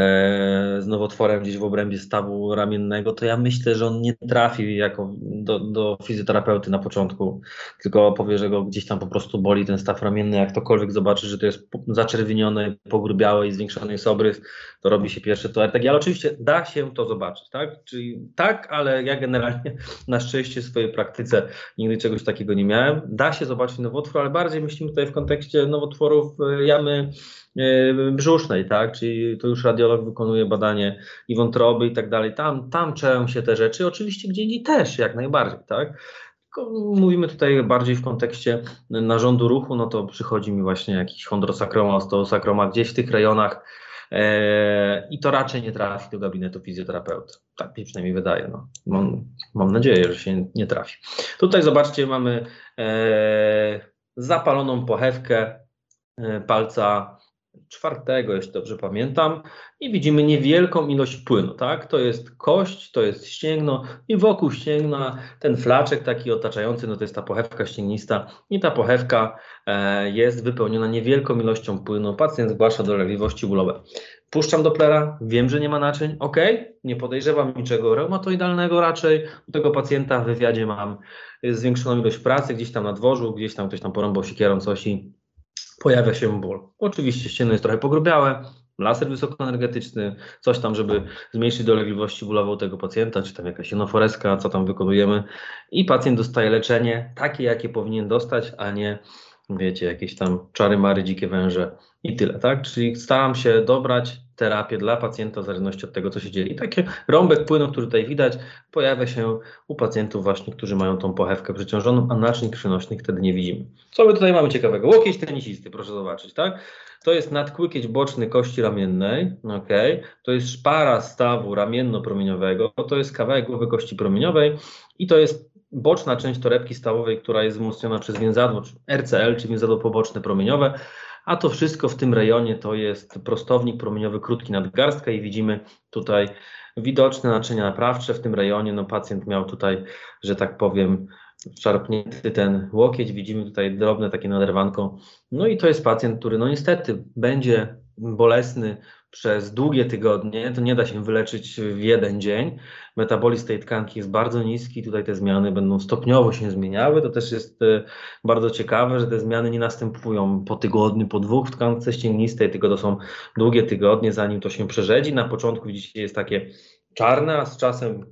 z nowotworem gdzieś w obrębie stawu ramiennego, to ja myślę, że on nie trafi do fizjoterapeuty na początku, tylko powie, że go gdzieś tam po prostu boli ten staw ramienny, jak ktokolwiek zobaczy, że to jest zaczerwienione, pogrubiałe i zwiększony jest obrys, to robi się pierwsze to RTG, ale oczywiście da się to zobaczyć, tak, czyli tak, ale ja generalnie na szczęście w swojej praktyce nigdy czegoś takiego nie miałem, da się zobaczyć nowotwór, ale bardziej myślimy tutaj w kontekście nowotworów jamy brzusznej, tak? Czyli to już radiolog wykonuje badanie i wątroby i tak dalej. Tam czeją się te rzeczy, oczywiście gdzie indziej też, jak najbardziej, tak? Tylko mówimy tutaj bardziej w kontekście narządu ruchu, no to przychodzi mi właśnie jakiś chondrosakroma, osteosakroma gdzieś w tych rejonach i to raczej nie trafi do gabinetu fizjoterapeuty. Tak mi przynajmniej wydaje. No. Mam nadzieję, że się nie trafi. Tutaj zobaczcie, mamy zapaloną pochewkę palca 4, jeśli dobrze pamiętam, i widzimy niewielką ilość płynu, tak? To jest kość, to jest ścięgno i wokół ścięgna ten flaczek taki otaczający, no to jest ta pochewka ścięgnista i ta pochewka jest wypełniona niewielką ilością płynu. Pacjent zgłasza dolegliwości bólowe. Puszczam Dopplera, wiem, że nie ma naczyń, nie podejrzewam niczego reumatoidalnego raczej. U tego pacjenta w wywiadzie mam zwiększoną ilość pracy, gdzieś tam na dworzu, gdzieś tam ktoś tam porąbał siekierą coś i pojawia się ból. Oczywiście ścięgno jest trochę pogrubiałe, laser wysokoenergetyczny, coś tam, żeby zmniejszyć dolegliwości bólowe u tego pacjenta, czy tam jakaś jenoforeska, co tam wykonujemy i pacjent dostaje leczenie takie, jakie powinien dostać, a nie, wiecie, jakieś tam czary-mary, dzikie węże i tyle, tak? Czyli staram się dobrać terapię dla pacjenta w zależności od tego, co się dzieje. I taki rąbek płynu, który tutaj widać, pojawia się u pacjentów właśnie, którzy mają tą pochewkę przeciążoną, a naczyń krwionośnych wtedy nie widzimy. Co my tutaj mamy ciekawego? Łokieć tenisisty, proszę zobaczyć, tak? To jest nadkłykieć boczny kości ramiennej, to jest szpara stawu ramienno-promieniowego, to jest kawałek głowy kości promieniowej i to jest boczna część torebki stawowej, która jest wzmocniona przez więzadło, czy RCL, czy więzadło poboczne promieniowe, a to wszystko w tym rejonie to jest prostownik promieniowy krótki nadgarstka i widzimy tutaj widoczne naczynia naprawcze w tym rejonie. No pacjent miał tutaj, że tak powiem, szarpnięty ten łokieć, widzimy tutaj drobne takie naderwanko. No i to jest pacjent, który no niestety będzie bolesny przez długie tygodnie, to nie da się wyleczyć w jeden dzień. Metabolizm tej tkanki jest bardzo niski, tutaj te zmiany będą stopniowo się zmieniały. To też jest bardzo ciekawe, że te zmiany nie następują po tygodniu, po dwóch w tkance ścięgnistej, tylko to są długie tygodnie, zanim to się przerzedzi. Na początku widzicie jest takie czarne, a z czasem,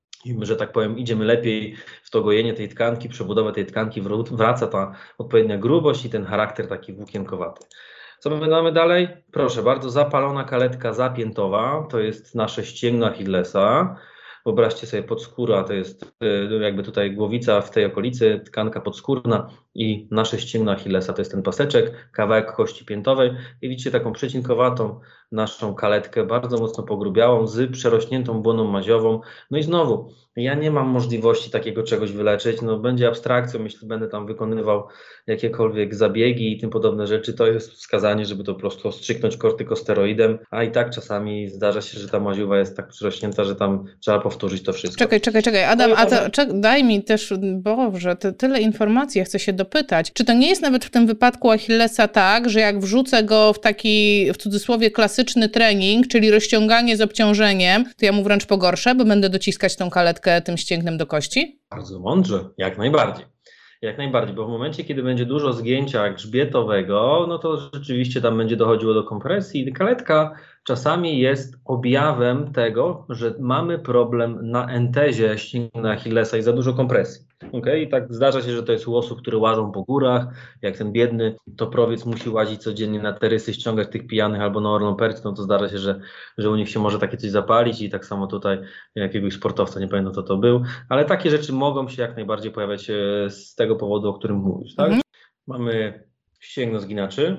że tak powiem, idziemy lepiej w to gojenie tej tkanki, przebudowę tej tkanki, wraca ta odpowiednia grubość i ten charakter taki włókienkowaty. Co my mamy dalej? Proszę bardzo, zapalona kaletka zapiętowa, to jest nasze ścięgno Achillesa. Wyobraźcie sobie, podskóra to jest jakby tutaj głowica w tej okolicy, tkanka podskórna i nasze ścięgno Achillesa to jest ten paseczek, kawałek kości piętowej i widzicie taką przecinkowatą naszą kaletkę, bardzo mocno pogrubiałą, z przerośniętą błoną maziową. No i znowu, ja nie mam możliwości takiego czegoś wyleczyć, no będzie abstrakcją, jeśli będę tam wykonywał jakiekolwiek zabiegi i tym podobne rzeczy, to jest wskazanie, żeby to po prostu ostrzyknąć kortykosteroidem, a i tak czasami zdarza się, że ta maziuwa jest tak przerośnięta, że tam trzeba powtórzyć to wszystko. Czekaj, Adam, daj mi też, Boże, tyle informacji, ja chcę się dopytać. Czy to nie jest nawet w tym wypadku Achillesa tak, że jak wrzucę go w taki, w cudzysłowie, klasyczny trening, czyli rozciąganie z obciążeniem, to ja mu wręcz pogorszę, bo będę dociskać tą kaletkę tym ścięgnem do kości? Bardzo mądrze, jak najbardziej. Jak najbardziej, bo w momencie, kiedy będzie dużo zgięcia grzbietowego, no to rzeczywiście tam będzie dochodziło do kompresji. Kaletka czasami jest objawem tego, że mamy problem na entezie ścięgna Achillesa i za dużo kompresji. Okay? I tak zdarza się, że to jest u osób, które łażą po górach, jak ten biedny toprowiec musi łazić codziennie na terysy, ściągać tych pijanych albo na Orlą Perc, no to zdarza się, że u nich się może takie coś zapalić i tak samo tutaj jakiegoś sportowca, nie pamiętam kto to był, ale takie rzeczy mogą się jak najbardziej pojawiać z tego powodu, o którym mówisz. Tak? Mamy ścięgno zginaczy,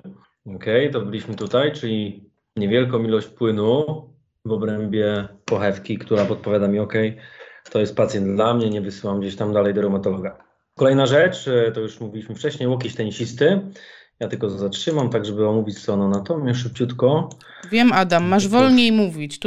to byliśmy tutaj, czyli niewielką ilość płynu w obrębie pochewki, która podpowiada mi, to jest pacjent dla mnie, nie wysyłam gdzieś tam dalej do reumatologa. Kolejna rzecz, to już mówiliśmy wcześniej, łokieć tenisisty. Ja tylko zatrzymam, tak żeby omówić stronę anatomię szybciutko. Wiem, Adam, masz wolniej mówić.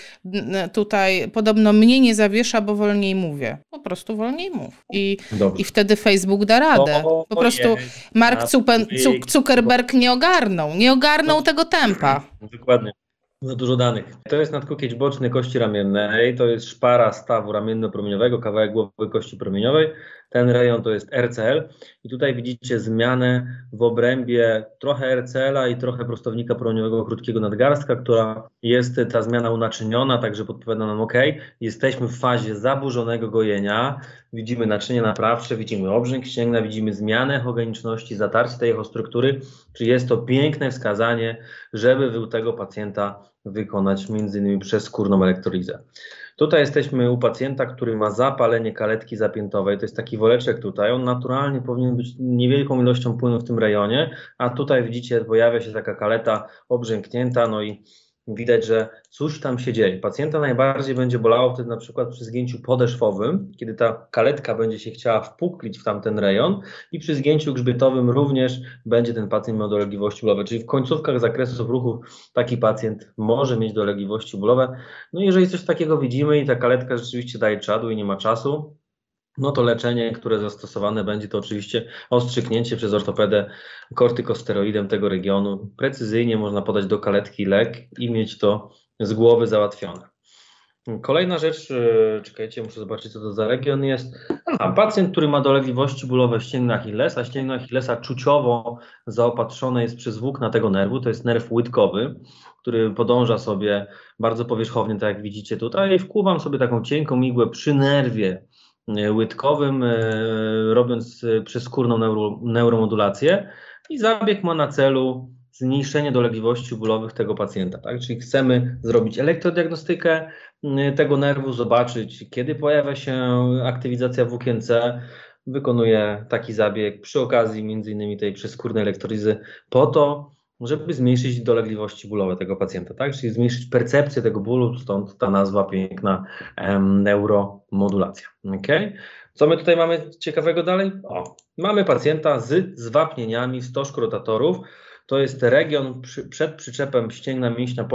Tutaj podobno mnie nie zawiesza, bo wolniej mówię. Po prostu wolniej mów. I wtedy Facebook da radę. Po prostu Mark Zuckerberg nie ogarnął tego tempa. Dokładnie. Za dużo danych. To jest nadkukieć boczny kości ramiennej, to jest szpara stawu ramienno-promieniowego, kawałek głowy kości promieniowej. Ten rejon to jest RCL i tutaj widzicie zmianę w obrębie trochę RCL-a i trochę prostownika promieniowego krótkiego nadgarstka, która jest ta zmiana unaczyniona, także podpowiada nam jesteśmy w fazie zaburzonego gojenia, widzimy naczynie naprawcze, widzimy obrzęk ścięgna, widzimy zmianę echogeniczności, zatarcie tej echostruktury, czyli jest to piękne wskazanie, żeby u tego pacjenta wykonać m.in. przezskórną elektrolizę. Tutaj jesteśmy u pacjenta, który ma zapalenie kaletki zapiętowej, to jest taki woreczek tutaj, on naturalnie powinien być niewielką ilością płynu w tym rejonie, a tutaj widzicie, pojawia się taka kaleta obrzęknięta, no i widać, że coś tam się dzieje. Pacjenta najbardziej będzie bolało wtedy na przykład przy zgięciu podeszwowym, kiedy ta kaletka będzie się chciała wpuklić w tamten rejon i przy zgięciu grzbietowym również będzie ten pacjent miał dolegliwości bólowe, czyli w końcówkach zakresów ruchu taki pacjent może mieć dolegliwości bólowe. No i jeżeli coś takiego widzimy i ta kaletka rzeczywiście daje czadu i nie ma czasu, no to leczenie, które zastosowane będzie, to oczywiście ostrzyknięcie przez ortopedę kortykosteroidem tego regionu. Precyzyjnie można podać do kaletki lek i mieć to z głowy załatwione. Kolejna rzecz, czekajcie, muszę zobaczyć, co to za region jest. Pacjent, który ma dolegliwości bólowe ścięgna Achillesa. Ścięgno Achillesa czuciowo zaopatrzone jest przez włókna tego nerwu, to jest nerw łydkowy, który podąża sobie bardzo powierzchownie, tak jak widzicie tutaj, i wkłuwam sobie taką cienką igłę przy nerwie łydkowym, robiąc przezskórną neuromodulację i zabieg ma na celu zmniejszenie dolegliwości bólowych tego pacjenta, tak? Czyli chcemy zrobić elektrodiagnostykę tego nerwu, zobaczyć, kiedy pojawia się aktywizacja włókien C. Wykonuję taki zabieg przy okazji m.in. tej przezskórnej elektrolizy po to, żeby zmniejszyć dolegliwości bólowe tego pacjenta, tak? Czyli zmniejszyć percepcję tego bólu, stąd ta nazwa piękna neuromodulacja. Okay? Co my tutaj mamy ciekawego dalej? Mamy pacjenta z zwapnieniami stożku rotatorów. To jest region przed przyczepem ścięgna mięśnia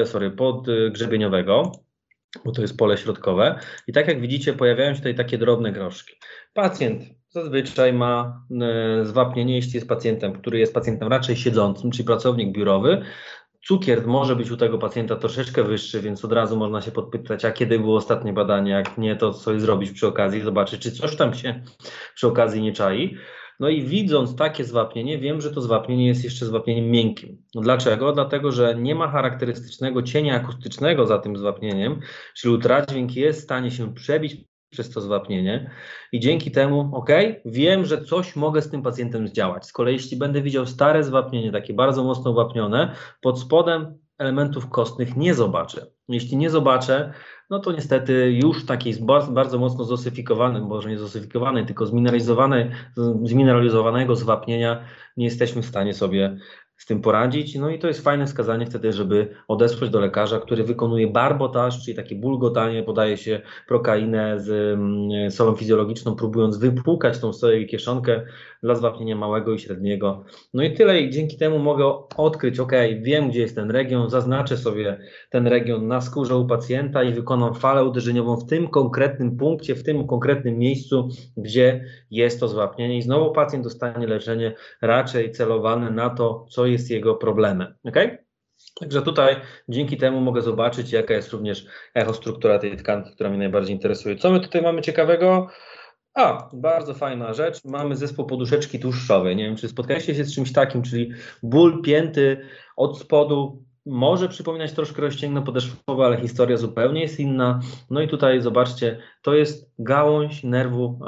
podgrzebieniowego, bo to jest pole środkowe. I tak jak widzicie, pojawiają się tutaj takie drobne groszki. Pacjent zazwyczaj ma zwapnienie, jeśli jest pacjentem, który jest pacjentem raczej siedzącym, czyli pracownik biurowy, Cukier może być u tego pacjenta troszeczkę wyższy, więc od razu można się podpytać, a kiedy było ostatnie badanie, jak nie, to coś zrobić przy okazji, zobaczyć, czy coś tam się przy okazji nie czai. No i widząc takie zwapnienie, wiem, że to zwapnienie jest jeszcze zwapnieniem miękkim. Dlaczego? Dlatego, że nie ma charakterystycznego cienia akustycznego za tym zwapnieniem, czyli ultradźwięk jest w stanie się przebić przez to zwapnienie i dzięki temu, wiem, że coś mogę z tym pacjentem zdziałać. Z kolei jeśli będę widział stare zwapnienie, takie bardzo mocno wapnione, pod spodem elementów kostnych nie zobaczę. Jeśli nie zobaczę, no to niestety już takiej bardzo mocno zosyfikowanej, może nie zosyfikowanej, tylko zmineralizowanego zwapnienia nie jesteśmy w stanie sobie z tym poradzić. No i to jest fajne wskazanie wtedy, żeby odesłać do lekarza, który wykonuje barbotaż, czyli takie bulgotanie, podaje się prokainę z solą fizjologiczną, próbując wypłukać tą solę i kieszonkę dla zwapnienia małego i średniego. No i tyle i dzięki temu mogę odkryć, wiem, gdzie jest ten region, zaznaczę sobie ten region na skórze u pacjenta i wykonam falę uderzeniową w tym konkretnym punkcie, w tym konkretnym miejscu, gdzie jest to zwapnienie i znowu pacjent dostanie leczenie raczej celowane na to, co jest jego problemem. Także tutaj dzięki temu mogę zobaczyć, jaka jest również echostruktura tej tkanki, która mnie najbardziej interesuje. Co my tutaj mamy ciekawego? Bardzo fajna rzecz. Mamy zespół poduszeczki tłuszczowej. Nie wiem, czy spotkaliście się z czymś takim, czyli ból pięty od spodu. Może przypominać troszkę rozcięgno-podeszwowe, ale historia zupełnie jest inna. No i tutaj zobaczcie, to jest gałąź nerwu,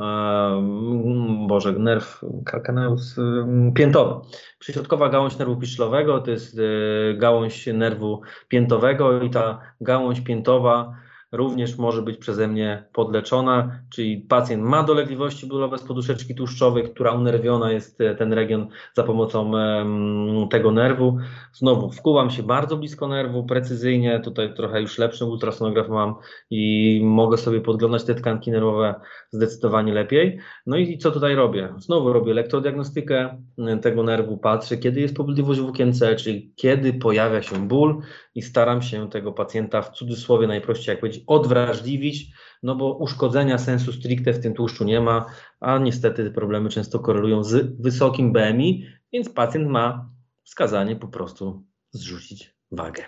nerw calcaneus piętowy. Przyśrodkowa gałąź nerwu piszczlowego to jest gałąź nerwu piętowego i ta gałąź piętowa również może być przeze mnie podleczona, czyli pacjent ma dolegliwości bólowe z poduszeczki tłuszczowej, która unerwiona jest ten region za pomocą tego nerwu. Znowu wkuwam się bardzo blisko nerwu, precyzyjnie, tutaj trochę już lepszy ultrasonograf mam i mogę sobie podglądać te tkanki nerwowe zdecydowanie lepiej. No i co tutaj robię? Znowu robię elektrodiagnostykę tego nerwu, patrzę, kiedy jest pobudliwość włókience, czyli kiedy pojawia się ból i staram się tego pacjenta w cudzysłowie najprościej jak powiedzieć odwrażliwić, no bo uszkodzenia sensu stricte w tym tłuszczu nie ma, a niestety te problemy często korelują z wysokim BMI, więc pacjent ma wskazanie po prostu zrzucić wagę.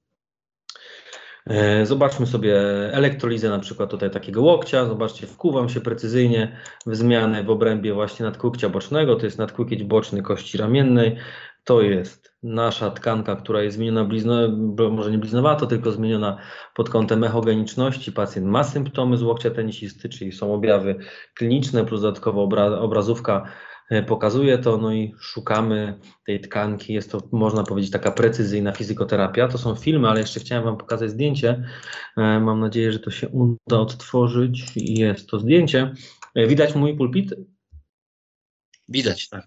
Zobaczmy sobie elektrolizę na przykład tutaj takiego łokcia. Zobaczcie, wkuwam się precyzyjnie w zmianę w obrębie właśnie nadkłykcia bocznego. To jest nadkłykieć boczny kości ramiennej. To jest nasza tkanka, która jest zmieniona może nie bliznowato, tylko zmieniona pod kątem echogeniczności. Pacjent ma symptomy z łokcia tenisisty, czyli są objawy kliniczne, plus dodatkowo obrazówka pokazuje to, no i szukamy tej tkanki. Jest to, można powiedzieć, taka precyzyjna fizykoterapia. To są filmy, ale jeszcze chciałem Wam pokazać zdjęcie. Mam nadzieję, że to się uda odtworzyć. Jest to zdjęcie. Widać mój pulpit? Widać, tak.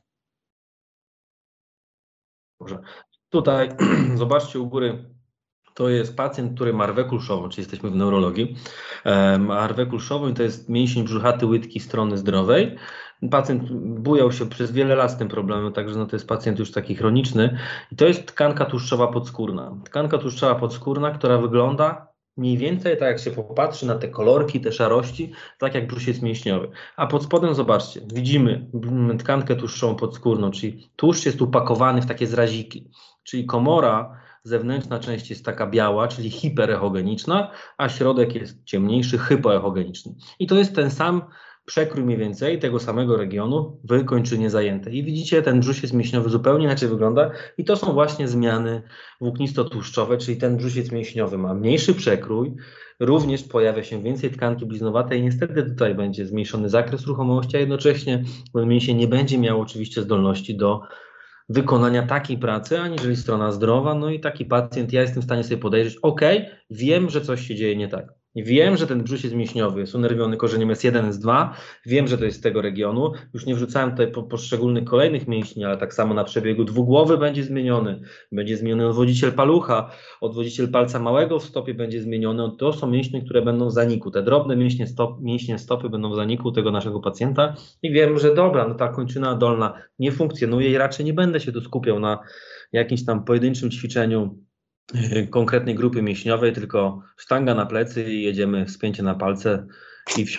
Dobrze. Tutaj zobaczcie u góry, to jest pacjent, który ma rwę kulszową, czyli jesteśmy w neurologii. Ma rwę kulszową i to jest mięsień brzuchaty łydki strony zdrowej. Pacjent bujał się przez wiele lat z tym problemem, także to jest pacjent już taki chroniczny. I to jest tkanka tłuszczowa podskórna. Tkanka tłuszczowa podskórna, która wygląda mniej więcej tak jak się popatrzy na te kolorki, te szarości, tak jak brzusiec mięśniowy. A pod spodem zobaczcie, widzimy tkankę tłuszczową podskórną, czyli tłuszcz jest upakowany w takie zraziki, czyli komora zewnętrzna część jest taka biała, czyli hiperechogeniczna, a środek jest ciemniejszy, hypoechogeniczny. I to jest ten sam przekrój mniej więcej tego samego regionu w kończynie zajętej. I widzicie, ten brzusiec mięśniowy zupełnie inaczej wygląda i to są właśnie zmiany włóknisto-tłuszczowe, czyli ten brzusiec mięśniowy ma mniejszy przekrój, również pojawia się więcej tkanki bliznowatej i niestety tutaj będzie zmniejszony zakres ruchomości, a jednocześnie mięsień nie będzie miał oczywiście zdolności do wykonania takiej pracy, aniżeli strona zdrowa. No i taki pacjent, ja jestem w stanie sobie podejrzeć, wiem, że coś się dzieje nie tak. Wiem, że ten brzusiec mięśniowy jest unerwiony korzeniem S1, S2, wiem, że to jest z tego regionu. Już nie wrzucałem tutaj poszczególnych kolejnych mięśni, ale tak samo na przebiegu dwugłowy będzie zmieniony odwodziciel palucha, odwodziciel palca małego w stopie będzie zmieniony. To są mięśnie, które będą w zaniku. Te drobne mięśnie stopy będą w zaniku tego naszego pacjenta i wiem, że dobra, ta kończyna dolna nie funkcjonuje i raczej nie będę się tu skupiał na jakimś tam pojedynczym ćwiczeniu konkretnej grupy mięśniowej, tylko sztanga na plecy i jedziemy, spięcie na palce i wsiąść.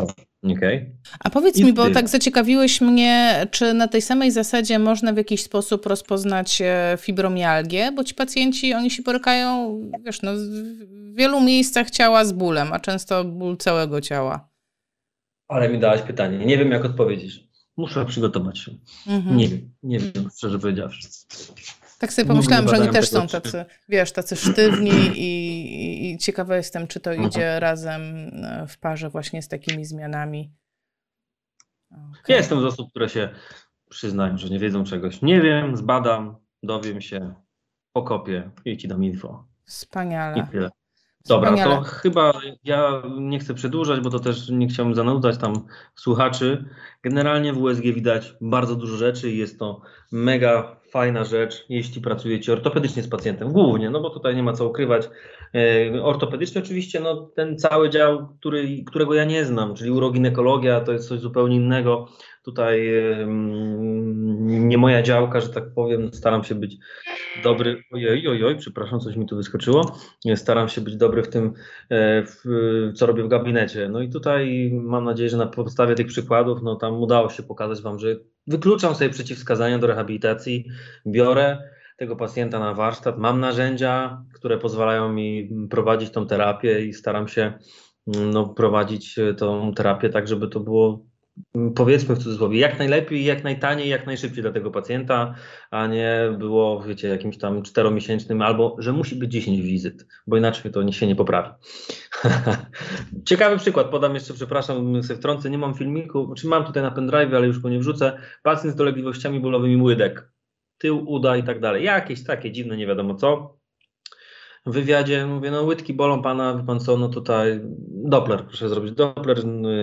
Okay. A powiedz mi, bo tak zaciekawiłeś mnie, czy na tej samej zasadzie można w jakiś sposób rozpoznać fibromialgię, bo ci pacjenci, oni się borykają, wiesz, no, w wielu miejscach ciała z bólem, a często ból całego ciała. Ale mi dałaś pytanie. Nie wiem, jak odpowiedzieć. Muszę przygotować się. Nie wiem, szczerze powiedziawszy. Tak sobie pomyślałam, że oni też są tacy, wiesz, tacy sztywni i ciekawa jestem, czy to idzie razem w parze właśnie z takimi zmianami. Okay. Ja jestem z osób, które się przyznają, że nie wiedzą czegoś. Nie wiem, zbadam, dowiem się, pokopię i ci dam info. Wspaniale. I tyle. Dobra, to chyba ja nie chcę przedłużać, bo to też nie chciałbym zanudzać tam słuchaczy. Generalnie w USG widać bardzo dużo rzeczy i jest to mega fajna rzecz, jeśli pracujecie ortopedycznie z pacjentem, głównie, no bo tutaj nie ma co ukrywać. Ortopedycznie oczywiście, no ten cały dział, którego ja nie znam, czyli uroginekologia, to jest coś zupełnie innego. Tutaj nie moja działka, że tak powiem, staram się być dobry, ojoj, przepraszam, coś mi tu wyskoczyło. Staram się być dobry w tym, co robię w gabinecie. No i tutaj mam nadzieję, że na podstawie tych przykładów, no tam udało się pokazać Wam, że wykluczam sobie przeciwwskazania do rehabilitacji, biorę tego pacjenta na warsztat, mam narzędzia, które pozwalają mi prowadzić tą terapię i staram się prowadzić tą terapię tak, żeby to było, powiedzmy w cudzysłowie, jak najlepiej, jak najtaniej, jak najszybciej dla tego pacjenta, a nie było, wiecie, jakimś tam 4-miesięcznym albo, że musi być 10 wizyt, bo inaczej to się nie poprawi. Ciekawy przykład, podam jeszcze, przepraszam, sobie wtrącę, nie mam filmiku, czy mam tutaj na pendrive, ale już go nie wrzucę. Pacjent z dolegliwościami bólowymi łydek, tył uda i tak dalej, jakieś takie dziwne, nie wiadomo co. W wywiadzie mówię, no łydki bolą pana, wie pan co, no tutaj Doppler, proszę zrobić Doppler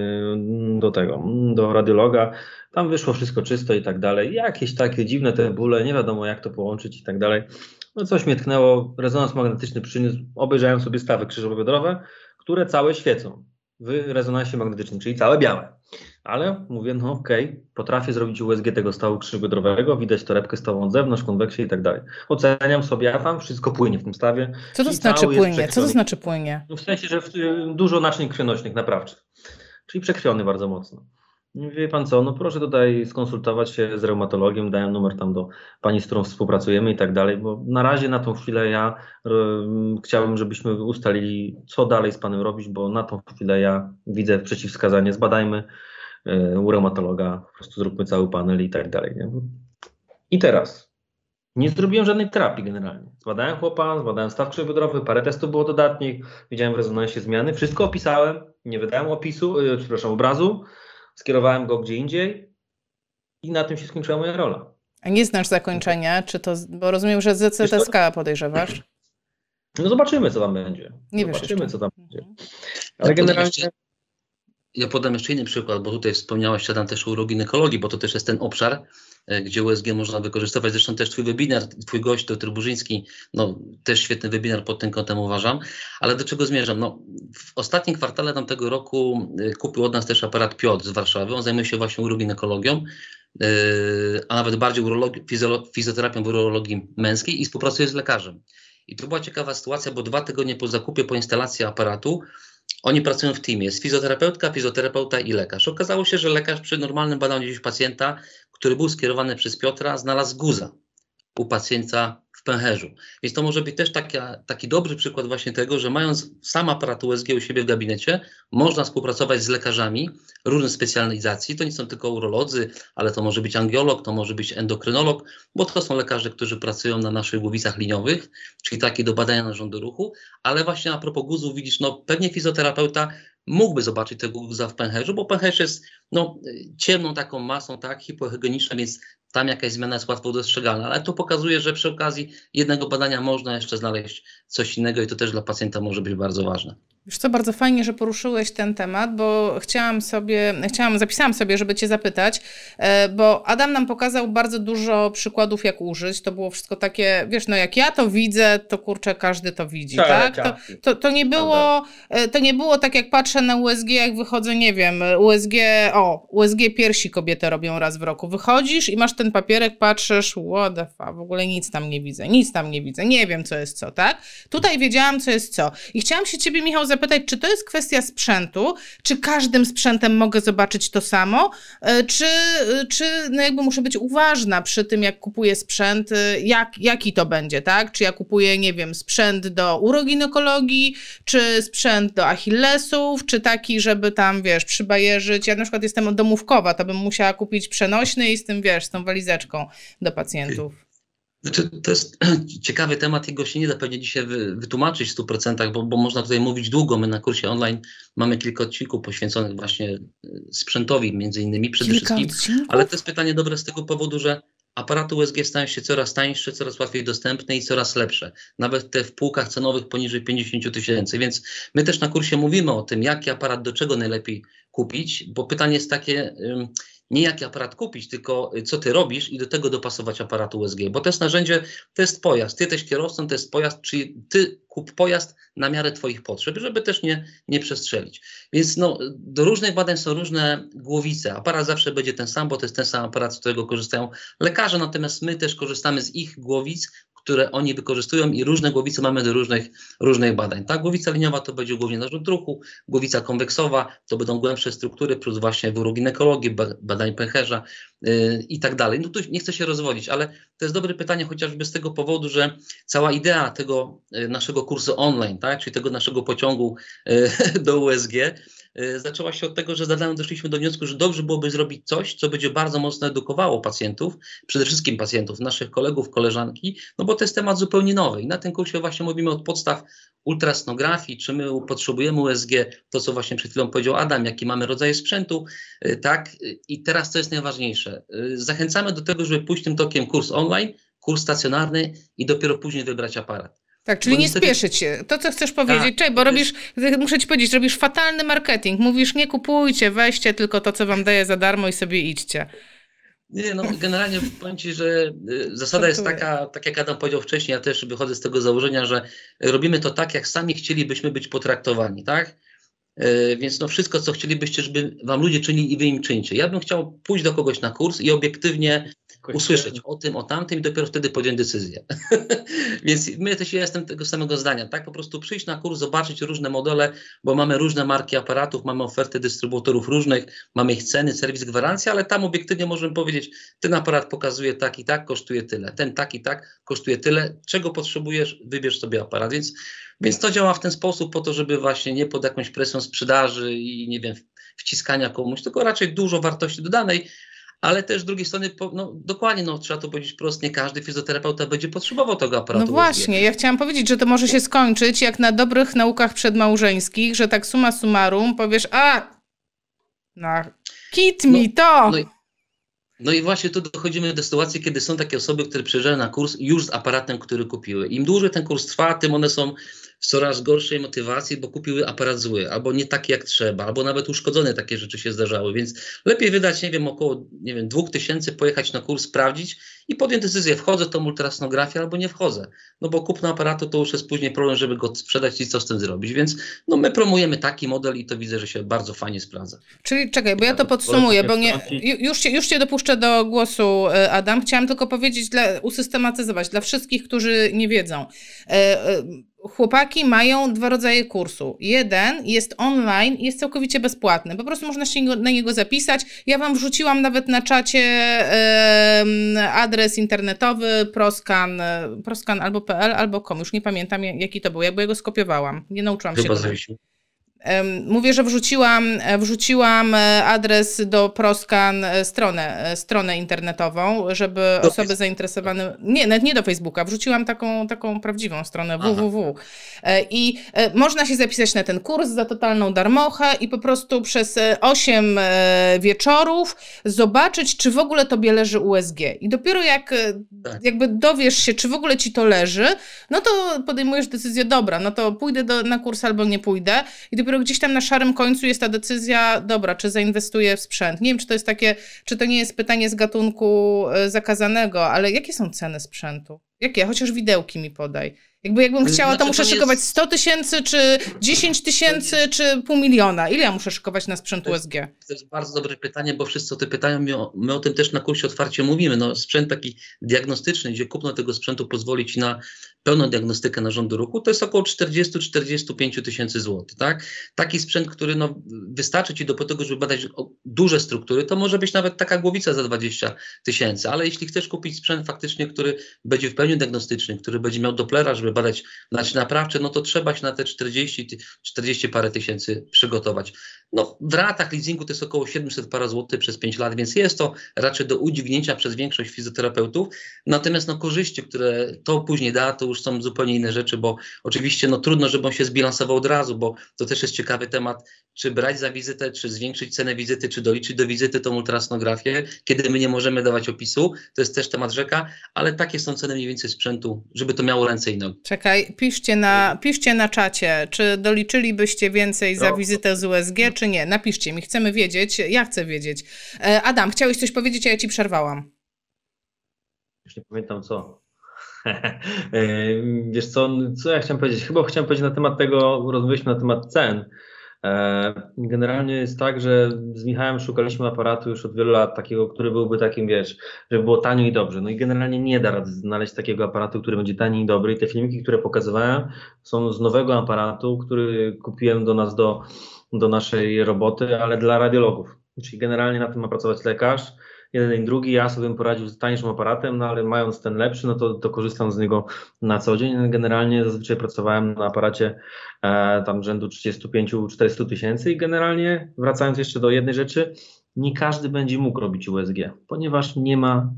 do radiologa, tam wyszło wszystko czysto i tak dalej, jakieś takie dziwne te bóle, nie wiadomo jak to połączyć i tak dalej. No coś mnie tknęło, rezonans magnetyczny przyniósł, obejrzałem sobie stawy krzyżowo-biodrowe, które całe świecą w rezonansie magnetycznym, czyli całe białe. Ale mówię, no okej, potrafię zrobić USG tego stawu krzyżowo-biodrowego, widać torebkę stawą od zewnątrz, konweksję i tak dalej. Oceniam sobie, a tam wszystko płynie w tym stawie. Co to znaczy płynie? Co to znaczy płynie? No w sensie, że dużo naczyń krwionośnych, naprawczych. Czyli przekrwiony bardzo mocno. Wie pan co, no proszę tutaj skonsultować się z reumatologiem, daję numer tam do pani, z którą współpracujemy i tak dalej, bo na razie na tą chwilę ja chciałbym, żebyśmy ustalili, co dalej z panem robić, bo na tą chwilę ja widzę przeciwwskazanie, zbadajmy u reumatologa, po prostu zróbmy cały panel i tak dalej. Nie? I teraz nie zrobiłem żadnej terapii generalnie. Zbadałem chłopa, zbadałem staw krzyżowo-biodrowy, parę testów było dodatnich, widziałem w rezonansie zmiany, wszystko opisałem, nie wydałem obrazu, skierowałem go gdzie indziej i na tym się skończyła moja rola. A nie znasz zakończenia, czy to, bo rozumiem, że ZCTSK podejrzewasz? No zobaczymy, co tam będzie. Zobaczymy, co tam będzie. Ale generalnie... Ja podam jeszcze inny przykład, bo tutaj wspomniałeś, siadam też o uroginekologii, bo to też jest ten obszar, gdzie USG można wykorzystywać. Zresztą też twój webinar, twój gość, dr. Burzyński, no też świetny webinar pod tym kątem uważam. Ale do czego zmierzam? No, w ostatnim kwartale tamtego roku kupił od nas też aparat Piotr z Warszawy. On zajmuje się właśnie uroginekologią, a nawet bardziej fizjoterapią w urologii męskiej i współpracuje z lekarzem. I to była ciekawa sytuacja, bo 2 tygodnie po zakupie, po instalacji aparatu, oni pracują w teamie. Jest fizjoterapeuta i lekarz. Okazało się, że lekarz przy normalnym badaniu gdzieś pacjenta, który był skierowany przez Piotra, znalazł guza u pacjenta w pęcherzu. Więc to może być też taki dobry przykład właśnie tego, że mając sam aparat USG u siebie w gabinecie, można współpracować z lekarzami różnych specjalizacji. To nie są tylko urolodzy, ale to może być angiolog, to może być endokrynolog, bo to są lekarze, którzy pracują na naszych głowicach liniowych, czyli takie do badania narządu ruchu. Ale właśnie a propos guzów, widzisz, no pewnie fizjoterapeuta mógłby zobaczyć tego guza w pęcherzu, bo pęcherz jest ciemną taką masą, tak, hipohygieniczną, więc tam jakaś zmiana jest łatwo dostrzegalna, ale to pokazuje, że przy okazji jednego badania można jeszcze znaleźć coś innego i to też dla pacjenta może być bardzo ważne. Wiesz co, bardzo fajnie, że poruszyłeś ten temat, bo zapisałam sobie, żeby cię zapytać, bo Adam nam pokazał bardzo dużo przykładów, jak użyć. To było wszystko takie, wiesz, no jak ja to widzę, to kurczę, każdy to widzi, tak? To nie było tak, jak patrzę na USG, jak wychodzę, nie wiem, USG piersi kobiety robią raz w roku. Wychodzisz i masz ten papierek, patrzysz, what the fuck, w ogóle nic tam nie widzę, nie wiem, co jest co, tak? Tutaj wiedziałam, co jest co. I chciałam się ciebie, Michał, zapytać, czy to jest kwestia sprzętu, czy każdym sprzętem mogę zobaczyć to samo, czy no jakby muszę być uważna przy tym, jak kupuję sprzęt, jaki to będzie, tak? Czy ja kupuję, nie wiem, sprzęt do uroginekologii, czy sprzęt do achillesów, czy taki, żeby tam, wiesz, przybajerzyć. Ja na przykład jestem domówkowa, to bym musiała kupić przenośny i z tym, wiesz, z tą walizeczką do pacjentów. Znaczy, to jest ciekawy temat i go się nie da pewnie dzisiaj wytłumaczyć w 100%, bo można tutaj mówić długo. My na kursie online mamy kilka odcinków poświęconych właśnie sprzętowi między innymi przede wszystkim. Ale to jest pytanie dobre z tego powodu, że aparaty USG stają się coraz tańsze, coraz łatwiej dostępne i coraz lepsze. Nawet te w półkach cenowych poniżej 50 000. Więc my też na kursie mówimy o tym, jaki aparat do czego najlepiej kupić, bo pytanie jest takie, nie jaki aparat kupić, tylko co ty robisz i do tego dopasować aparatu USG. Bo to jest narzędzie, to jest pojazd. Ty jesteś kierowcą, to jest pojazd, czyli ty kup pojazd na miarę twoich potrzeb, żeby też nie przestrzelić. Więc no, do różnych badań są różne głowice. Aparat zawsze będzie ten sam, bo to jest ten sam aparat, z którego korzystają lekarze, natomiast my też korzystamy z ich głowic, które oni wykorzystują i różne głowice mamy do różnych badań. Ta głowica liniowa to będzie głównie narząd ruchu, głowica konweksowa to będą głębsze struktury plus właśnie w uroginekologii, badań pęcherza i tak dalej. No tu nie chcę się rozwodzić, ale to jest dobre pytanie chociażby z tego powodu, że cała idea tego naszego kursu online, tak, czyli tego naszego pociągu do USG zaczęła się od tego, że doszliśmy do wniosku, że dobrze byłoby zrobić coś, co będzie bardzo mocno edukowało pacjentów, przede wszystkim pacjentów, naszych kolegów, koleżanki, no bo to jest temat zupełnie nowy i na tym kursie właśnie mówimy od podstaw ultrasonografii, czy my potrzebujemy USG, to co właśnie przed chwilą powiedział Adam, jaki mamy rodzaje sprzętu, tak, i teraz co jest najważniejsze, zachęcamy do tego, żeby pójść tym tokiem kurs online, kurs stacjonarny i dopiero później wybrać aparat. Tak, czyli nie spieszyć się. To, co chcesz powiedzieć, tak, bo muszę ci powiedzieć, robisz fatalny marketing. Mówisz, nie kupujcie, weźcie tylko to, co wam daje za darmo i sobie idźcie. Nie, no generalnie powiem ci, że zasada jest taka, tak jak Adam powiedział wcześniej, ja też wychodzę z tego założenia, że robimy to tak, jak sami chcielibyśmy być potraktowani, tak? Więc no wszystko, co chcielibyście, żeby wam ludzie czynili i wy im czyńcie. Ja bym chciał pójść do kogoś na kurs i obiektywnie usłyszeć o tym, o tamtym i dopiero wtedy podjąć decyzję. Więc ja jestem tego samego zdania, tak? Po prostu przyjść na kurs, zobaczyć różne modele, bo mamy różne marki aparatów, mamy oferty dystrybutorów różnych, mamy ich ceny, serwis, gwarancję, ale tam obiektywnie możemy powiedzieć, ten aparat pokazuje tak i tak, kosztuje tyle, ten tak i tak, kosztuje tyle, czego potrzebujesz, wybierz sobie aparat. Więc to działa w ten sposób po to, żeby właśnie nie pod jakąś presją sprzedaży i nie wiem, wciskania komuś, tylko raczej dużo wartości dodanej, ale też z drugiej strony, no dokładnie, no trzeba to powiedzieć wprost, nie każdy fizjoterapeuta będzie potrzebował tego aparatu. No właśnie, ja chciałam powiedzieć, że to może się skończyć jak na dobrych naukach przedmałżeńskich, że tak summa summarum powiesz, kit mi to! No i właśnie tu dochodzimy do sytuacji, kiedy są takie osoby, które przyjeżdżają na kurs już z aparatem, który kupiły. Im dłużej ten kurs trwa, tym one są w coraz gorszej motywacji, bo kupiły aparat zły, albo nie taki jak trzeba, albo nawet uszkodzone takie rzeczy się zdarzały, więc lepiej wydać, około 2000, pojechać na kurs, sprawdzić i podjąć decyzję, wchodzę w tą ultrasonografię albo nie wchodzę. No bo kupno aparatu to już jest później problem, żeby go sprzedać i co z tym zrobić, więc no my promujemy taki model i to widzę, że się bardzo fajnie sprawdza. Czyli czekaj, bo ja to podsumuję, bo już cię dopuszczę do głosu, Adam. Chciałam tylko powiedzieć, usystematyzować dla wszystkich, którzy nie wiedzą. Chłopaki mają dwa rodzaje kursu. Jeden jest online i jest całkowicie bezpłatny. Po prostu można się na niego zapisać. Ja wam wrzuciłam nawet na czacie adres internetowy proscan albo .pl albo .com. Już nie pamiętam jaki to był, bo ja go skopiowałam. Nie nauczyłam się go. Mówię, że wrzuciłam adres do Proscan, stronę internetową, żeby osoby zainteresowane... Nie, nawet nie do Facebooka. Wrzuciłam taką prawdziwą stronę www. I można się zapisać na ten kurs za totalną darmochę i po prostu przez 8 wieczorów zobaczyć, czy w ogóle tobie leży USG. I dopiero jakby dowiesz się, czy w ogóle ci to leży, no to podejmujesz decyzję, dobra, no to pójdę na kurs albo nie pójdę. I dopiero gdzieś tam na szarym końcu jest ta decyzja, dobra, czy zainwestuję w sprzęt. Nie wiem, czy to jest czy to nie jest pytanie z gatunku zakazanego, ale jakie są ceny sprzętu? Jakie? Chociaż widełki mi podaj. Jakbym chciała, to muszę szykować 100 000, czy 10 000, czy 500 000. Ile ja muszę szykować na sprzęt USG? To jest bardzo dobre pytanie, bo wszyscy o tym pytają. My o tym też na kursie otwarcie mówimy. No, sprzęt taki diagnostyczny, gdzie kupno tego sprzętu pozwoli ci na pełną diagnostykę narządu ruchu, to jest około 40-45 tysięcy złotych, tak? Taki sprzęt, który wystarczy Ci do tego, żeby badać duże struktury, to może być nawet taka głowica za 20 tysięcy, ale jeśli chcesz kupić sprzęt faktycznie, który będzie w pełni diagnostyczny, który będzie miał Dopplera, żeby badać naczynia naprawcze, no to trzeba się na te 40 parę tysięcy przygotować. No, w ratach leasingu to jest około 700 parę złotych przez 5 lat, więc jest to raczej do udźwignięcia przez większość fizjoterapeutów. Natomiast korzyści, które to później da, to już są zupełnie inne rzeczy, bo oczywiście trudno, żeby on się zbilansował od razu, bo to też jest ciekawy temat, czy brać za wizytę, czy zwiększyć cenę wizyty, czy doliczyć do wizyty tą ultrasonografię, kiedy my nie możemy dawać opisu. To jest też temat rzeka, ale takie są ceny mniej więcej sprzętu, żeby to miało ręce i nogi. Czekaj, piszcie na czacie, czy doliczylibyście więcej za wizytę z USG, czy nie? Napiszcie mi, chcemy wiedzieć, ja chcę wiedzieć. Adam, chciałeś coś powiedzieć, a ja Ci przerwałam. Już nie pamiętam co. Wiesz co ja chciałem powiedzieć? Chyba chciałem powiedzieć na temat tego, rozmawialiśmy na temat cen. Generalnie jest tak, że z Michałem szukaliśmy aparatu już od wielu lat takiego, który byłby takim, wiesz, żeby było tanio i dobrze. No i generalnie nie da rady znaleźć takiego aparatu, który będzie tani i dobry. I te filmiki, które pokazywałem, są z nowego aparatu, który kupiłem do nas, do naszej roboty, ale dla radiologów. Czyli generalnie na tym ma pracować lekarz. Jeden i drugi, ja sobie bym poradził z tańszym aparatem, no ale mając ten lepszy, no to korzystam z niego na co dzień. Generalnie zazwyczaj pracowałem na aparacie tam rzędu 35-400 tysięcy i generalnie, wracając jeszcze do jednej rzeczy, nie każdy będzie mógł robić USG, ponieważ nie ma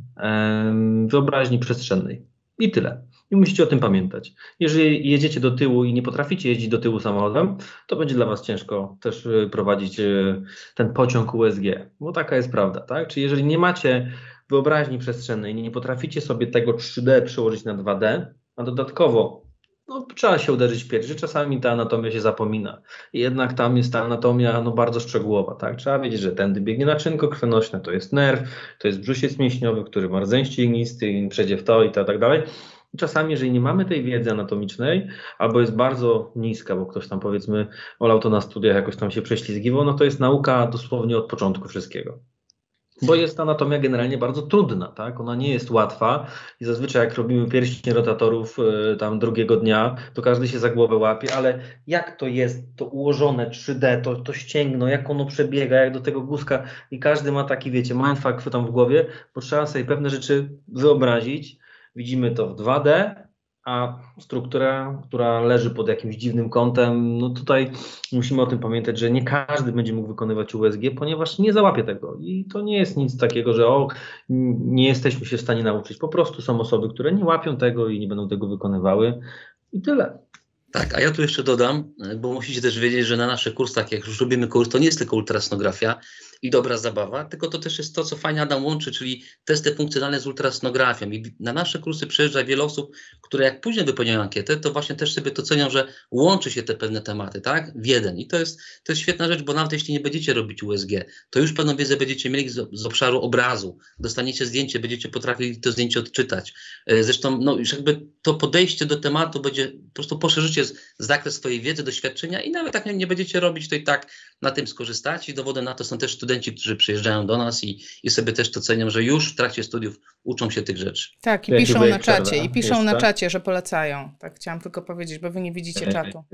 wyobraźni przestrzennej. I tyle. I musicie o tym pamiętać. Jeżeli jedziecie do tyłu i nie potraficie jeździć do tyłu samochodem, to będzie dla Was ciężko też prowadzić ten pociąg USG, bo taka jest prawda, tak? Czyli jeżeli nie macie wyobraźni przestrzennej, nie potraficie sobie tego 3D przełożyć na 2D, a dodatkowo trzeba się uderzyć w pierś, że czasami ta anatomia się zapomina. I jednak tam jest ta anatomia bardzo szczegółowa, tak? Trzeba wiedzieć, że tędy biegnie naczynko krwionośne, to jest nerw, to jest brzusiec mięśniowy, który ma rdzeń ścięgnisty i przejdzie w to i tak dalej. Czasami, jeżeli nie mamy tej wiedzy anatomicznej, albo jest bardzo niska, bo ktoś tam powiedzmy olał to na studiach, jakoś tam się prześlizgiwał, no to jest nauka dosłownie od początku wszystkiego. Bo jest anatomia generalnie bardzo trudna, tak? Ona nie jest łatwa i zazwyczaj jak robimy pierścień rotatorów tam drugiego dnia, to każdy się za głowę łapie, ale jak to jest to ułożone 3D, to ścięgno, jak ono przebiega, jak do tego guzka i każdy ma taki, wiecie, mindfuck tam w głowie, bo trzeba sobie pewne rzeczy wyobrazić. Widzimy to w 2D, a struktura, która leży pod jakimś dziwnym kątem, no tutaj musimy o tym pamiętać, że nie każdy będzie mógł wykonywać USG, ponieważ nie załapie tego i to nie jest nic takiego, że nie jesteśmy się w stanie nauczyć. Po prostu są osoby, które nie łapią tego i nie będą tego wykonywały i tyle. Tak, a ja tu jeszcze dodam, bo musicie też wiedzieć, że na naszych kursach, jak już robimy kurs, to nie jest tylko ultrasonografia i dobra zabawa, tylko to też jest to, co fajnie Adam łączy, czyli testy funkcjonalne z ultrasonografią. I na nasze kursy przyjeżdża wiele osób, które jak później wypełniają ankietę, to właśnie też sobie to cenią, że łączy się te pewne tematy, tak, w jeden. I to jest świetna rzecz, bo nawet jeśli nie będziecie robić USG, to już pewną wiedzę będziecie mieli z obszaru obrazu. Dostaniecie zdjęcie, będziecie potrafili to zdjęcie odczytać. Zresztą już jakby to podejście do tematu będzie, po prostu poszerzycie zakres swojej wiedzy, doświadczenia i nawet jak nie będziecie robić, to i tak na tym skorzystacie. I dowodem na to są też studenci, którzy przyjeżdżają do nas i sobie też to cenią, że już w trakcie studiów uczą się tych rzeczy. Tak, i piszą na czacie, że polecają. Tak chciałam tylko powiedzieć, bo wy nie widzicie czatu.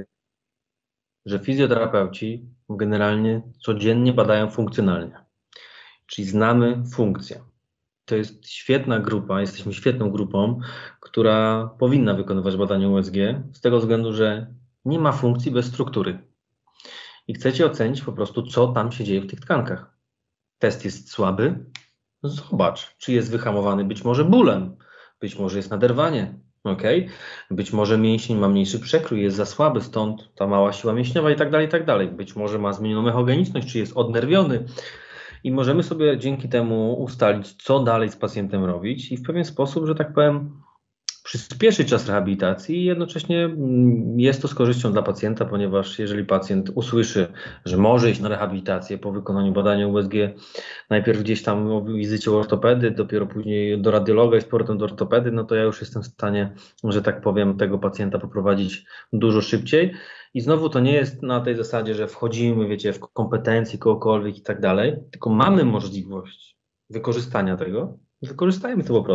Że fizjoterapeuci generalnie codziennie badają funkcjonalnie. Czyli znamy funkcję. To jest świetna grupa, jesteśmy świetną grupą, która powinna wykonywać badania USG z tego względu, że nie ma funkcji bez struktury. I chcecie ocenić po prostu, co tam się dzieje w tych tkankach. Test jest słaby? Zobacz, czy jest wyhamowany być może bólem, być może jest naderwanie, być może mięsień ma mniejszy przekrój, jest za słaby, stąd ta mała siła mięśniowa i tak dalej. Być może ma zmienioną mechogeniczność, czy jest odnerwiony. I możemy sobie dzięki temu ustalić, co dalej z pacjentem robić i w pewien sposób, że tak powiem, przyspieszyć czas rehabilitacji i jednocześnie jest to z korzyścią dla pacjenta, ponieważ jeżeli pacjent usłyszy, że może iść na rehabilitację po wykonaniu badania USG, najpierw gdzieś tam o wizycie u ortopedy, dopiero później do radiologa i z powrotem do ortopedy, no to ja już jestem w stanie, że tak powiem, tego pacjenta poprowadzić dużo szybciej. I znowu to nie jest na tej zasadzie, że wchodzimy, wiecie, w kompetencje kogokolwiek i tak dalej, tylko mamy możliwość wykorzystania tego i wykorzystajmy to po prostu.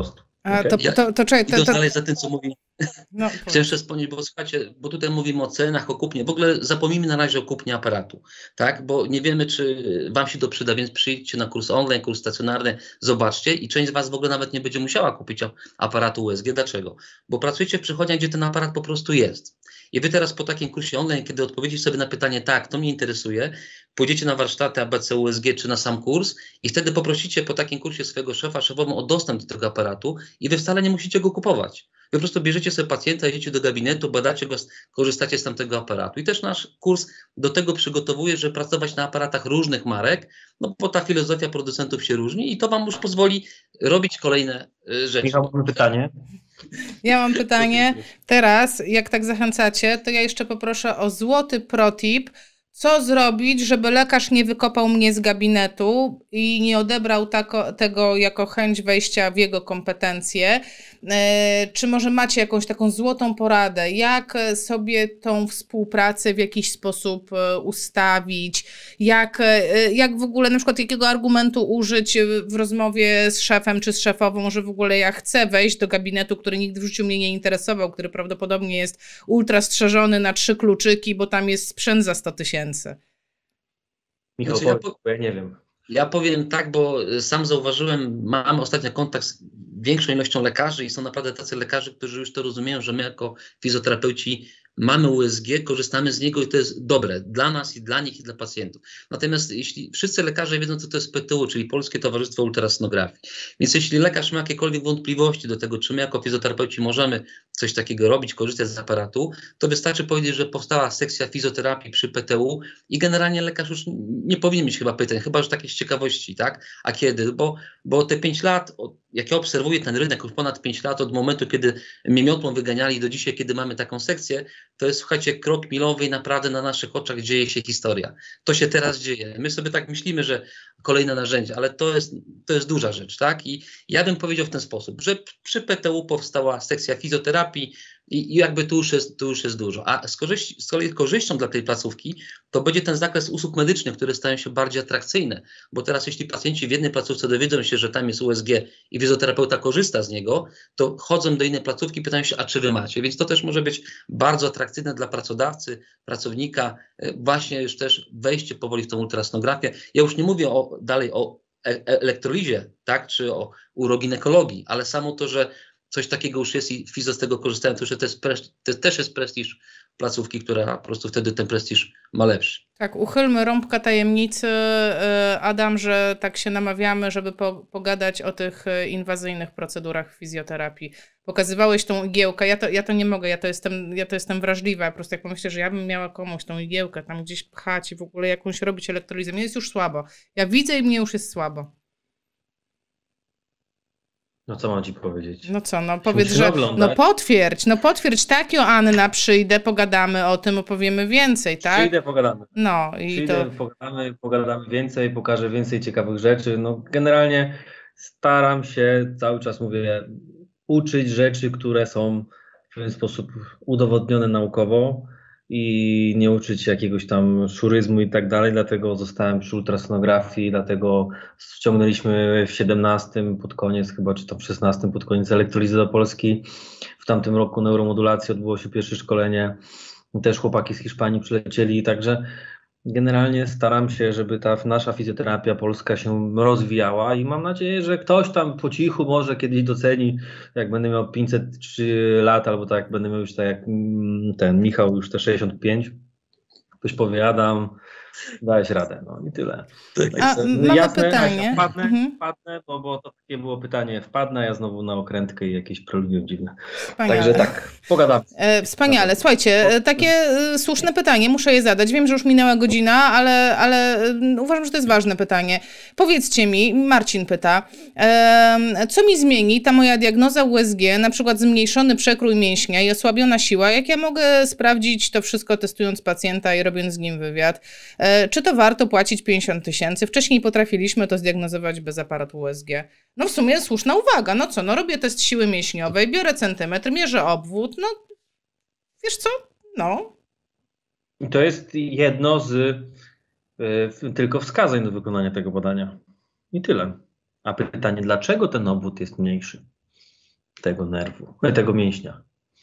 A to czekaj, idąc dalej za tym, co mówi. No, Chcę jeszcze wspomnieć, bo słuchajcie, bo tutaj mówimy o cenach, o kupnie. W ogóle zapomnijmy na razie o kupnie aparatu, tak? Bo nie wiemy, czy wam się to przyda, więc przyjdźcie na kurs online, kurs stacjonarny, zobaczcie i część z was w ogóle nawet nie będzie musiała kupić aparatu USG. Dlaczego? Bo pracujecie w przychodniach, gdzie ten aparat po prostu jest. I wy teraz po takim kursie online, kiedy odpowiedzieć sobie na pytanie, tak, to mnie interesuje, pójdziecie na warsztaty ABC USG czy na sam kurs i wtedy poprosicie po takim kursie swojego szefową o dostęp do tego aparatu i wy wcale nie musicie go kupować. Wy po prostu bierzecie sobie pacjenta, jedziecie do gabinetu, badacie go, korzystacie z tamtego aparatu. I też nasz kurs do tego przygotowuje, że pracować na aparatach różnych marek, no bo ta filozofia producentów się różni i to wam już pozwoli robić kolejne rzeczy. Michał, mam pytanie. Ja mam pytanie. Teraz, jak tak zachęcacie, to ja jeszcze poproszę o złoty protip. Co zrobić, żeby lekarz nie wykopał mnie z gabinetu i nie odebrał tego jako chęć wejścia w jego kompetencje? Czy może macie jakąś taką złotą poradę, jak sobie tą współpracę w jakiś sposób ustawić, jak w ogóle na przykład jakiego argumentu użyć w rozmowie z szefem czy z szefową, że w ogóle ja chcę wejść do gabinetu, który nigdy w życiu mnie nie interesował, który prawdopodobnie jest ultra strzeżony na 3 kluczyki, bo tam jest sprzęt za 100 000. Michał, Znaczy, ja nie wiem. Ja powiem tak, bo sam zauważyłem, mam ostatnio kontakt z większą ilością lekarzy i są naprawdę tacy lekarze, którzy już to rozumieją, że my jako fizjoterapeuci mamy USG, korzystamy z niego i to jest dobre dla nas i dla nich i dla pacjentów. Natomiast jeśli wszyscy lekarze wiedzą, co to jest PTU, czyli Polskie Towarzystwo Ultrasonografii, więc jeśli lekarz ma jakiekolwiek wątpliwości do tego, czy my jako fizjoterapeuci możemy coś takiego robić, korzystać z aparatu, to wystarczy powiedzieć, że powstała sekcja fizjoterapii przy PTU i generalnie lekarz już nie powinien mieć chyba pytań, chyba że takie z ciekawości, tak? A kiedy? Bo te 5 lat, jak ja obserwuję ten rynek już ponad 5 lat od momentu, kiedy mnie miotłą wyganiali do dzisiaj, kiedy mamy taką sekcję, to jest, słuchajcie, krok milowy i naprawdę na naszych oczach dzieje się historia. To się teraz dzieje. My sobie tak myślimy, że kolejne narzędzie, ale to jest duża rzecz, tak? I ja bym powiedział w ten sposób, że przy PTU powstała sekcja fizjoterapii i jakby tu już jest dużo. A z kolei korzyścią dla tej placówki to będzie ten zakres usług medycznych, które stają się bardziej atrakcyjne, bo teraz jeśli pacjenci w jednej placówce dowiedzą się, że tam jest USG i fizjoterapeuta korzysta z niego, to chodzą do innej placówki i pytają się, a czy wy macie? Więc to też może być bardzo atrakcyjne dla pracodawcy, pracownika, właśnie już też wejście powoli w tą ultrasonografię. Ja już nie mówię dalej o elektrolizie, tak, czy o uroginekologii, ale samo to, że coś takiego już jest i fizjo z tego korzystają, to też jest prestiż placówki, która po prostu wtedy ten prestiż ma lepszy. Tak, uchylmy rąbka tajemnicy, Adam, że tak się namawiamy, żeby pogadać o tych inwazyjnych procedurach fizjoterapii. Pokazywałeś tą igiełkę, ja to nie mogę, ja to jestem wrażliwa, po prostu jak pomyślę, że ja bym miała komuś tą igiełkę tam gdzieś pchać i w ogóle jakąś robić elektrolizę, mnie jest już słabo. Ja widzę i mnie już jest słabo. No co mam ci powiedzieć? No co, no powiedz, że potwierdź, tak Joanna, przyjdę, pogadamy o tym, opowiemy więcej, tak? Przyjdę, pogadamy. No i przyjdę, pogadamy więcej, pokażę więcej ciekawych rzeczy. No generalnie staram się, cały czas mówię, uczyć rzeczy, które są w pewien sposób udowodnione naukowo i nie uczyć jakiegoś tam szuryzmu i tak dalej, dlatego zostałem przy ultrasonografii, dlatego ściągnęliśmy w 17 pod koniec, chyba czy to w 16 pod koniec elektrolizy do Polski. W tamtym roku neuromodulacji odbyło się pierwsze szkolenie, też chłopaki z Hiszpanii przylecieli, także generalnie staram się, żeby ta nasza fizjoterapia polska się rozwijała i mam nadzieję, że ktoś tam po cichu może kiedyś doceni, jak będę miał 503 lat, albo tak jak będę miał już tak jak ten Michał już te 65, ktoś powie, Adam, dałeś radę, no i tyle. Mamy jasne, pytanie. Wpadnę, bo to takie było pytanie, wpadnę, ja znowu na okrętkę i jakieś preludium dziwne. Wspaniale. Także tak, pogadamy. Wspaniale. Słuchajcie, takie słuszne pytanie, muszę je zadać. Wiem, że już minęła godzina, ale uważam, że to jest ważne pytanie. Powiedzcie mi, Marcin pyta, co mi zmieni ta moja diagnoza USG, na przykład zmniejszony przekrój mięśnia i osłabiona siła, jak ja mogę sprawdzić to wszystko testując pacjenta i robiąc z nim wywiad? Czy to warto płacić 50 000? Wcześniej potrafiliśmy to zdiagnozować bez aparatu USG. No w sumie słuszna uwaga. No co, no robię test siły mięśniowej, biorę centymetr, mierzę obwód, no wiesz co? No. I to jest jedno z tylko wskazań do wykonania tego badania. I tyle. A pytanie, dlaczego ten obwód jest mniejszy? tego nerwu, tego mięśnia.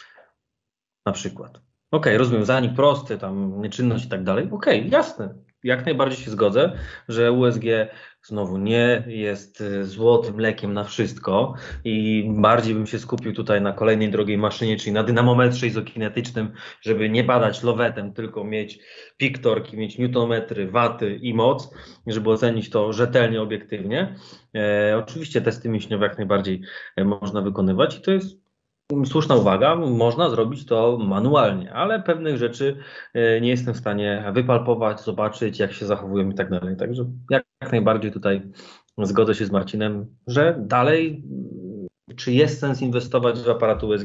Na przykład. Okej, rozumiem, zanik prosty, tam nieczynność i tak dalej. Okej, jasne. Jak najbardziej się zgodzę, że USG znowu nie jest złotym lekiem na wszystko i bardziej bym się skupił tutaj na kolejnej drogiej maszynie, czyli na dynamometrze izokinetycznym, żeby nie badać lowetem, tylko mieć peak torque, mieć newtonmetry, waty i moc, żeby ocenić to rzetelnie, obiektywnie. Oczywiście testy mięśniowe jak najbardziej można wykonywać i to jest słuszna uwaga, można zrobić to manualnie, ale pewnych rzeczy nie jestem w stanie wypalpować, zobaczyć, jak się zachowują i tak dalej. Także jak najbardziej tutaj zgodzę się z Marcinem, że dalej, czy jest sens inwestować w aparat USG?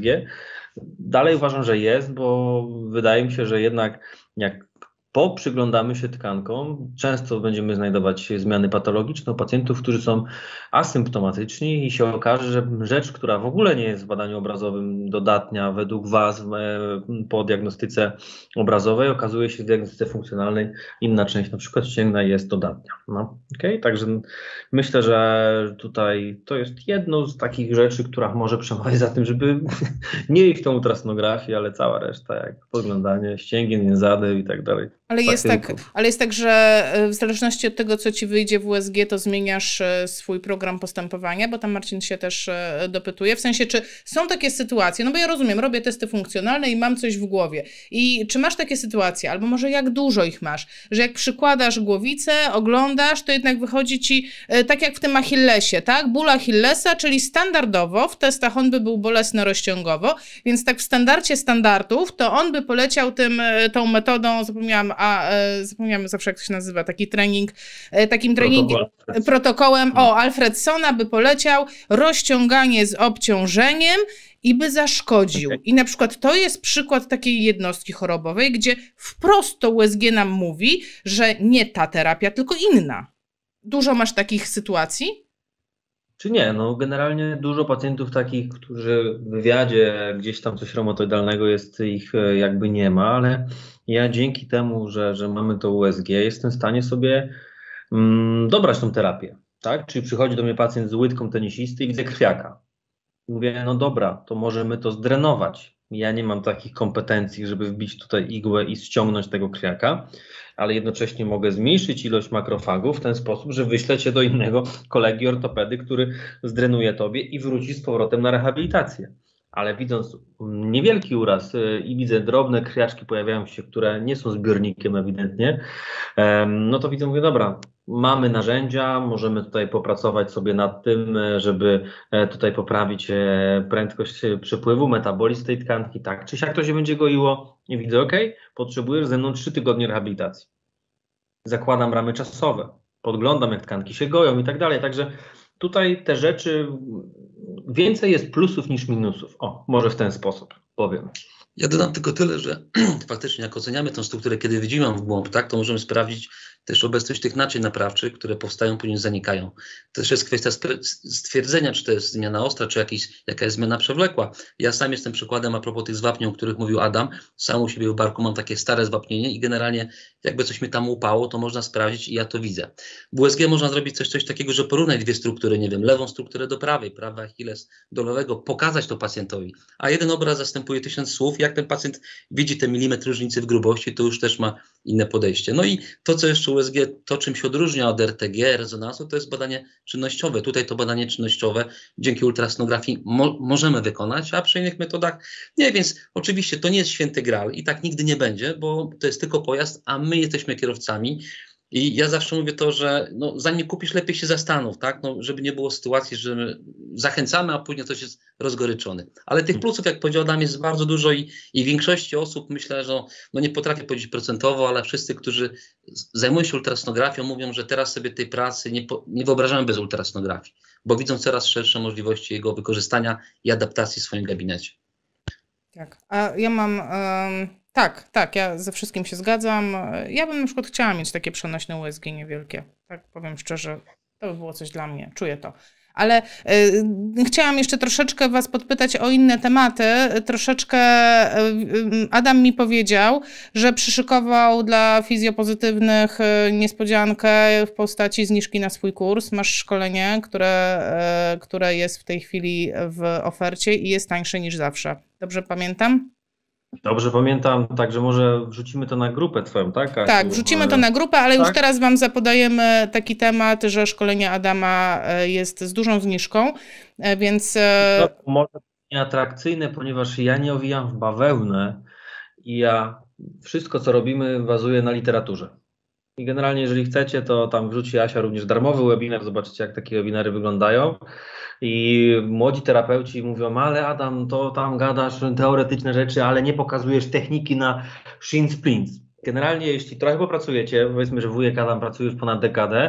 Dalej uważam, że jest, bo wydaje mi się, że jednak jak poprzyglądamy się tkankom, często będziemy znajdować zmiany patologiczne u pacjentów, którzy są asymptomatyczni i się okaże, że rzecz, która w ogóle nie jest w badaniu obrazowym dodatnia według Was po diagnostyce obrazowej, okazuje się w diagnostyce funkcjonalnej inna część, na przykład ścięgna jest dodatnia. No, okay? Także myślę, że tutaj to jest jedno z takich rzeczy, która może przemawiać za tym, żeby nie iść w tą ultrasonografię, ale cała reszta, jak podglądanie ścięgien, jęzadeł i tak dalej. Ale jest tak, że w zależności od tego, co ci wyjdzie w USG, to zmieniasz swój program postępowania, bo tam Marcin się też dopytuje. W sensie, czy są takie sytuacje, no bo ja rozumiem, robię testy funkcjonalne i mam coś w głowie. I czy masz takie sytuacje, albo może jak dużo ich masz, że jak przykładasz głowicę, oglądasz, to jednak wychodzi ci tak jak w tym Achillesie, tak? Ból Achillesa, czyli standardowo w testach on by był bolesno-rozciągowo, więc tak w standardzie standardów, to on by poleciał tą metodą, zapomniałam zawsze jak to się nazywa, takim protokołem Alfredsona by poleciał rozciąganie z obciążeniem i by zaszkodził. I na przykład to jest przykład takiej jednostki chorobowej, gdzie wprost to USG nam mówi, że nie ta terapia, tylko inna. Dużo masz takich sytuacji? Czy nie? No generalnie dużo pacjentów takich, którzy w wywiadzie gdzieś tam coś reumatoidalnego jest, ich jakby nie ma, ale ja dzięki temu, że mamy to USG, jestem w stanie sobie dobrać tą terapię. Tak? Czyli przychodzi do mnie pacjent z łydką tenisisty i widzę krwiaka. Mówię, no dobra, to możemy to zdrenować. Ja nie mam takich kompetencji, żeby wbić tutaj igłę i ściągnąć tego krwiaka, ale jednocześnie mogę zmniejszyć ilość makrofagów w ten sposób, że wyślę cię do innego kolegi ortopedy, który zdrenuje tobie i wróci z powrotem na rehabilitację. Ale widząc niewielki uraz i widzę drobne krwiaczki pojawiają się, które nie są zbiornikiem ewidentnie, no to widzę, mówię, dobra, mamy narzędzia, możemy tutaj popracować sobie nad tym, żeby tutaj poprawić prędkość przepływu, metabolizm tej tkanki, tak czy siak to się będzie goiło i widzę, ok, potrzebujesz ze mną 3 tygodnie rehabilitacji. Zakładam ramy czasowe, podglądam jak tkanki się goją i tak dalej, także tutaj te rzeczy, więcej jest plusów niż minusów. O, może w ten sposób powiem. Ja dodam tylko tyle, że faktycznie jak oceniamy tę strukturę, kiedy widzimy w głąb, tak, to możemy sprawdzić też obecność tych naczyń naprawczych, które powstają, później zanikają. To też jest kwestia stwierdzenia, czy to jest zmiana ostra, czy jaka jest zmiana przewlekła. Ja sam jestem przykładem a propos tych zwapnień, o których mówił Adam. Sam u siebie w barku mam takie stare zwapnienie i generalnie jakby coś mi tam upało, to można sprawdzić i ja to widzę. W USG można zrobić coś takiego, że porównać dwie struktury, nie wiem, lewą strukturę do prawej, prawy Achilles do lewego, pokazać to pacjentowi, a jeden obraz zastępuje 1000 słów. Jak ten pacjent widzi te milimetry różnicy w grubości, to już też ma inne podejście. No i to, co jeszcze USG, to czym się odróżnia od RTG, rezonansu, to jest badanie czynnościowe. Tutaj to badanie czynnościowe dzięki ultrasonografii możemy wykonać, a przy innych metodach nie, więc oczywiście to nie jest święty gral i tak nigdy nie będzie, bo to jest tylko pojazd, a my jesteśmy kierowcami. I ja zawsze mówię to, że no, zanim kupisz, lepiej się zastanów, tak? No, żeby nie było sytuacji, że my zachęcamy, a później ktoś jest rozgoryczony. Ale tych plusów, jak powiedział Adam, jest bardzo dużo i większości osób, myślę, że no nie potrafię powiedzieć procentowo, ale wszyscy, którzy zajmują się ultrasonografią, mówią, że teraz sobie tej pracy nie wyobrażamy bez ultrasonografii, bo widzą coraz szersze możliwości jego wykorzystania i adaptacji w swoim gabinecie. Tak, a ja mam... Tak, ja ze wszystkim się zgadzam. Ja bym na przykład chciała mieć takie przenośne USG niewielkie. Tak powiem szczerze, to by było coś dla mnie, czuję to. Ale chciałam jeszcze troszeczkę was podpytać o inne tematy. Troszeczkę Adam mi powiedział, że przyszykował dla fizjopozytywnych niespodziankę w postaci zniżki na swój kurs. Masz szkolenie, które jest w tej chwili w ofercie i jest tańsze niż zawsze. Dobrze pamiętam? Dobrze pamiętam, także może wrzucimy to na grupę twoją, tak, Kasiu? Tak, wrzucimy to na grupę, ale tak? Już teraz wam zapodajemy taki temat, że szkolenie Adama jest z dużą zniżką, więc... To może nieatrakcyjne, ponieważ ja nie owijam w bawełnę i ja wszystko, co robimy, bazuje na literaturze. I generalnie, jeżeli chcecie, to tam wrzuci Asia również darmowy webinar, zobaczycie, jak takie webinary wyglądają. I młodzi terapeuci mówią, ale Adam, to tam gadasz teoretyczne rzeczy, ale nie pokazujesz techniki na shin splints. Generalnie, jeśli trochę popracujecie, powiedzmy, że wujek Adam pracuje już ponad dekadę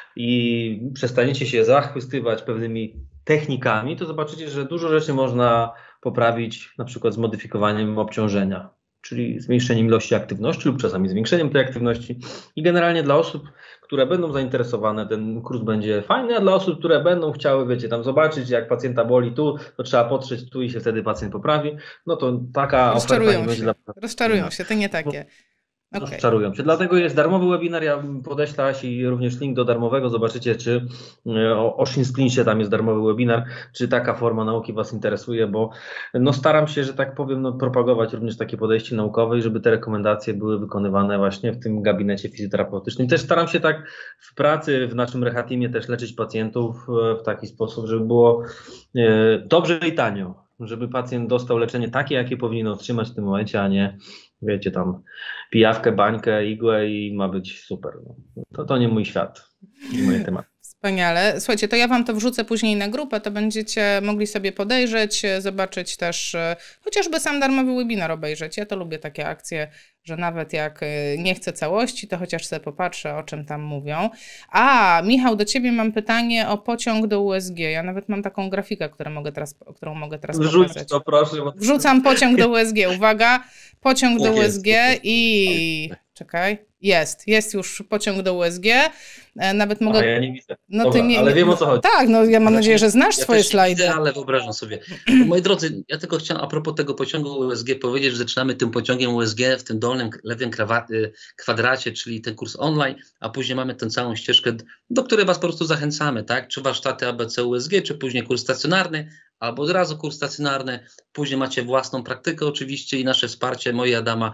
i przestaniecie się zachwystywać pewnymi technikami, to zobaczycie, że dużo rzeczy można poprawić, na przykład zmodyfikowaniem obciążenia, czyli zmniejszeniem ilości aktywności lub czasami zwiększeniem tej aktywności. I generalnie dla osób, które będą zainteresowane, ten kurs będzie fajny, a dla osób, które będą chciały, wiecie, tam zobaczyć, jak pacjenta boli tu, to trzeba potrzeć tu i się wtedy pacjent poprawi, no to taka oferta nie będzie dla... Rozczarują się, to nie takie. Okay. Rozczarują się. Dlatego jest darmowy webinar, ja podeślę Asi również link do darmowego, zobaczycie, czy o shin splincie tam jest darmowy webinar, czy taka forma nauki was interesuje, bo no staram się, że tak powiem, propagować również takie podejście naukowe i żeby te rekomendacje były wykonywane właśnie w tym gabinecie fizjoterapeutycznym. Też staram się tak w pracy, w naszym rehatimie też leczyć pacjentów w taki sposób, żeby było dobrze i tanio, żeby pacjent dostał leczenie takie, jakie powinien otrzymać w tym momencie, a nie, wiecie, tam pijawkę, bańkę, igłę i ma być super. No. To nie mój świat, nie moje tematy. Wspaniale. Słuchajcie, to ja wam to wrzucę później na grupę, to będziecie mogli sobie podejrzeć, zobaczyć też, chociażby sam darmowy webinar obejrzeć. Ja to lubię takie akcje, że nawet jak nie chcę całości, to chociaż sobie popatrzę, o czym tam mówią. A, Michał, do ciebie mam pytanie o pociąg do USG. Ja nawet mam taką grafikę, którą mogę teraz Wrzuć pokazać. to, proszę. Wrzucam pociąg do USG. Uwaga, pociąg do USG i... Czekaj. Jest już pociąg do USG. Nawet mogę... ja nie widzę. No dobra, ty nie, ale wiem, o co chodzi. Tak, no ja mam nadzieję, że znasz swoje slajdy. Widzę, ale wyobrażam sobie. Moi drodzy, ja tylko chciałem a propos tego pociągu USG powiedzieć, że zaczynamy tym pociągiem USG w tym dolnym lewym kwadracie, czyli ten kurs online, a później mamy tę całą ścieżkę, do której was po prostu zachęcamy, tak? Czy warsztaty ABC USG, czy później kurs stacjonarny, albo od razu kurs stacjonarny, później macie własną praktykę oczywiście i nasze wsparcie, moje Adama,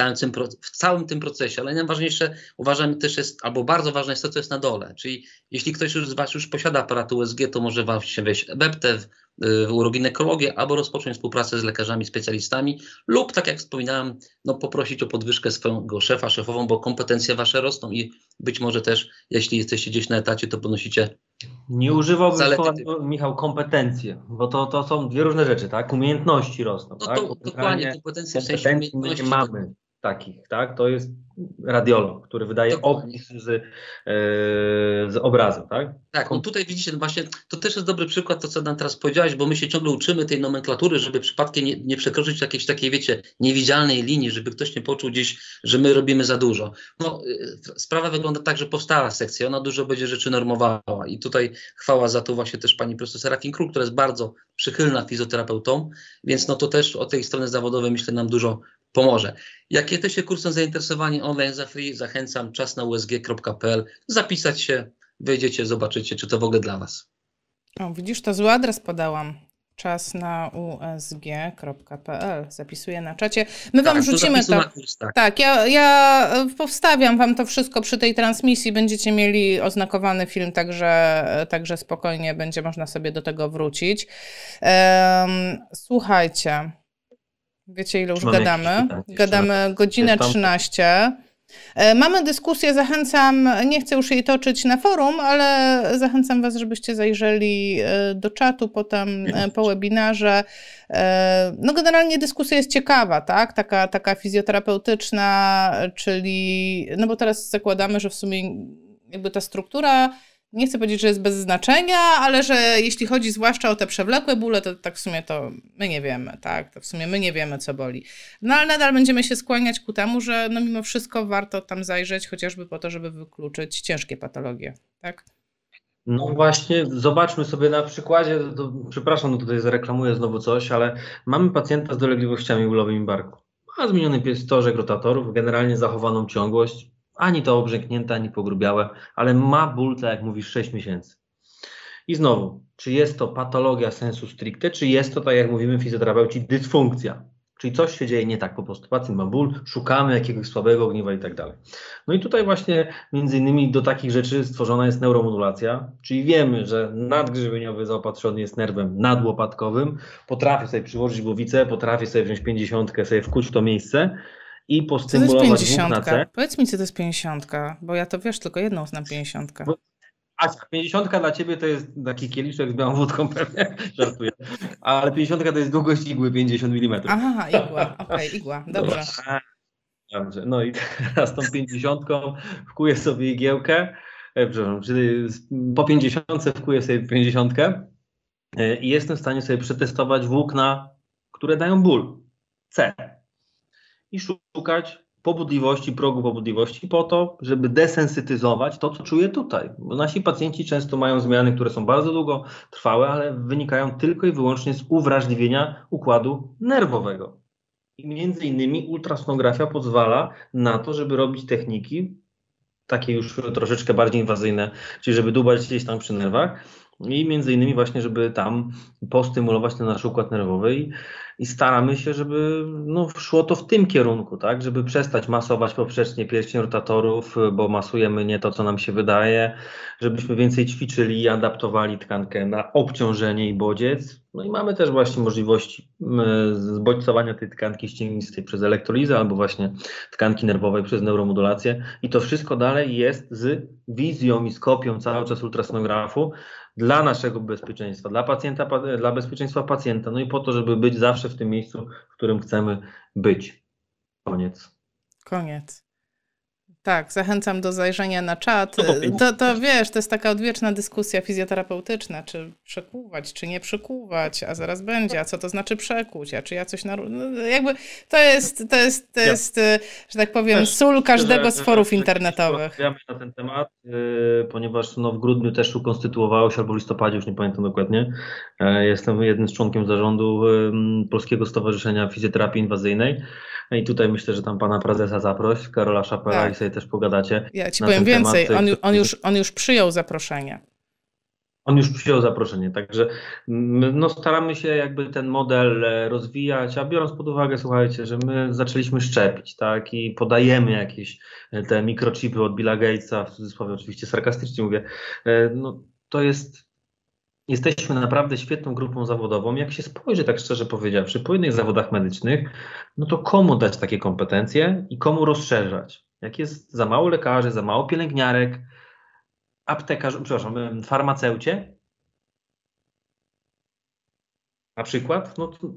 w całym tym procesie, ale najważniejsze uważam też jest, albo bardzo ważne jest to, co jest na dole, czyli jeśli ktoś z was już posiada aparat USG, to może właśnie wejść w BEPTE, w uroginekologię, albo rozpocząć współpracę z lekarzami, specjalistami lub, tak jak wspominałem, poprosić o podwyżkę swojego szefa, szefową, bo kompetencje wasze rosną i być może też, jeśli jesteście gdzieś na etacie, to podnosicie. Nie używałbym słowa, Michał, kompetencje, bo to są dwie różne rzeczy, tak? Umiejętności rosną, no tak? to dokładnie, kompetencje w sensie umiejętności. Nie mamy takich, tak? To jest radiolog, który wydaje opis z obrazem, tak? Tak, tutaj widzicie, właśnie to też jest dobry przykład, to co nam teraz powiedziałeś, bo my się ciągle uczymy tej nomenklatury, żeby przypadkiem nie przekroczyć jakiejś takiej, wiecie, niewidzialnej linii, żeby ktoś nie poczuł gdzieś, że my robimy za dużo. Sprawa wygląda tak, że powstała sekcja, ona dużo będzie rzeczy normowała i tutaj chwała za to właśnie też pani profesor Serafin Kruk, która jest bardzo przychylna fizjoterapeutą, więc to też od tej strony zawodowej myślę nam dużo pomoże. Jak jesteście kursem zainteresowani online za free, zachęcam, czasnausg.pl, zapisać się, wejdziecie, zobaczycie, czy to w ogóle dla was. O, widzisz, to zły adres podałam. czasnausg.pl. Zapisuję na czacie. My wam wrzucimy to. Tak, ja powstawiam wam to wszystko przy tej transmisji. Będziecie mieli oznakowany film, także spokojnie będzie można sobie do tego wrócić. Słuchajcie. Wiecie, ile już gadamy? Gadamy godzinę 13. Mamy dyskusję, zachęcam, nie chcę już jej toczyć na forum, ale zachęcam was, żebyście zajrzeli do czatu potem po webinarze. Generalnie dyskusja jest ciekawa, tak? Taka fizjoterapeutyczna, czyli, bo teraz zakładamy, że w sumie jakby ta struktura, nie chcę powiedzieć, że jest bez znaczenia, ale że jeśli chodzi zwłaszcza o te przewlekłe bóle, to tak w sumie to my nie wiemy, tak? To w sumie my nie wiemy, co boli. Ale nadal będziemy się skłaniać ku temu, że mimo wszystko warto tam zajrzeć, chociażby po to, żeby wykluczyć ciężkie patologie, tak? No właśnie, zobaczmy sobie na przykładzie, przepraszam, no tutaj zareklamuję znowu coś, ale mamy pacjenta z dolegliwościami bólowymi barku. Ma zmieniony stożek rotatorów, generalnie zachowaną ciągłość, ani to obrzęknięte, ani pogrubiałe, ale ma ból, tak jak mówisz, 6 miesięcy. I znowu, czy jest to patologia sensu stricte, czy jest to, tak jak mówimy fizjoterapeuci, dysfunkcja? Czyli coś się dzieje nie tak po prostu. Pacjent ma ból, szukamy jakiegoś słabego ogniwa i tak dalej. No i tutaj właśnie między innymi do takich rzeczy stworzona jest neuromodulacja, czyli wiemy, że nadgrzybieniowy zaopatrzony jest nerwem nadłopatkowym, potrafi sobie przyłożyć głowicę, potrafi sobie wziąć 50, sobie wkuć w to miejsce i postymulować Co to jest 50? C. Powiedz mi, co to jest 50, bo ja to wiesz, tylko jedną znam 50. Asia, 50 dla ciebie to jest taki kieliszek z białą wódką pewnie, żartuję. Ale 50 to jest długość igły 50 mm. Aha, igła, okej, igła, dobrze. Dobrze, no i teraz tą 50 wkuję sobie igiełkę, przepraszam, po 50 wkuję sobie 50 i jestem w stanie sobie przetestować włókna, które dają ból, C. I szukać pobudliwości, progu pobudliwości po to, żeby desensytyzować to, co czuję tutaj. Bo nasi pacjenci często mają zmiany, które są bardzo długotrwałe, ale wynikają tylko i wyłącznie z uwrażliwienia układu nerwowego. I między innymi ultrasonografia pozwala na to, żeby robić techniki takie już troszeczkę bardziej inwazyjne, czyli żeby dłubać gdzieś tam przy nerwach i między innymi właśnie, żeby tam postymulować ten nasz układ nerwowy i staramy się, żeby szło to w tym kierunku, tak, żeby przestać masować poprzecznie pierścień rotatorów, bo masujemy nie to, co nam się wydaje, żebyśmy więcej ćwiczyli i adaptowali tkankę na obciążenie i bodziec. No i mamy też właśnie możliwości zbodźcowania tej tkanki ścięgnistej przez elektrolizę albo właśnie tkanki nerwowej przez neuromodulację i to wszystko dalej jest z wizją i z kopią cały czas ultrasonografu dla naszego bezpieczeństwa, dla pacjenta, dla bezpieczeństwa pacjenta, no i po to, żeby być zawsze w tym miejscu, w którym chcemy być. Koniec. Tak, zachęcam do zajrzenia na czat. To wiesz, to jest taka odwieczna dyskusja fizjoterapeutyczna, czy przekuwać, czy nie przekuwać, a zaraz będzie, a co to znaczy przekuć, a czy ja coś jakby to jest, że tak powiem, sól każdego z forów internetowych. Rozmawiamy na ten temat, ponieważ w grudniu też ukonstytuowało się, albo w listopadzie, już nie pamiętam dokładnie, jestem jednym z członkiem zarządu Polskiego Stowarzyszenia Fizjoterapii Inwazyjnej. I tutaj myślę, że tam pana prezesa zaproś, Karola Szapela, tak. I sobie też pogadacie. Ja ci powiem więcej, on już przyjął zaproszenie. On już przyjął zaproszenie, także staramy się jakby ten model rozwijać, a biorąc pod uwagę, słuchajcie, że my zaczęliśmy szczepić, tak, i podajemy jakieś te mikrochipy od Billa Gatesa, w cudzysłowie oczywiście sarkastycznie mówię, to jesteśmy naprawdę świetną grupą zawodową. Jak się spojrzy, tak szczerze powiedziawszy, po innych zawodach medycznych, to komu dać takie kompetencje i komu rozszerzać? Jak jest za mało lekarzy, za mało pielęgniarek, farmaceucie na przykład,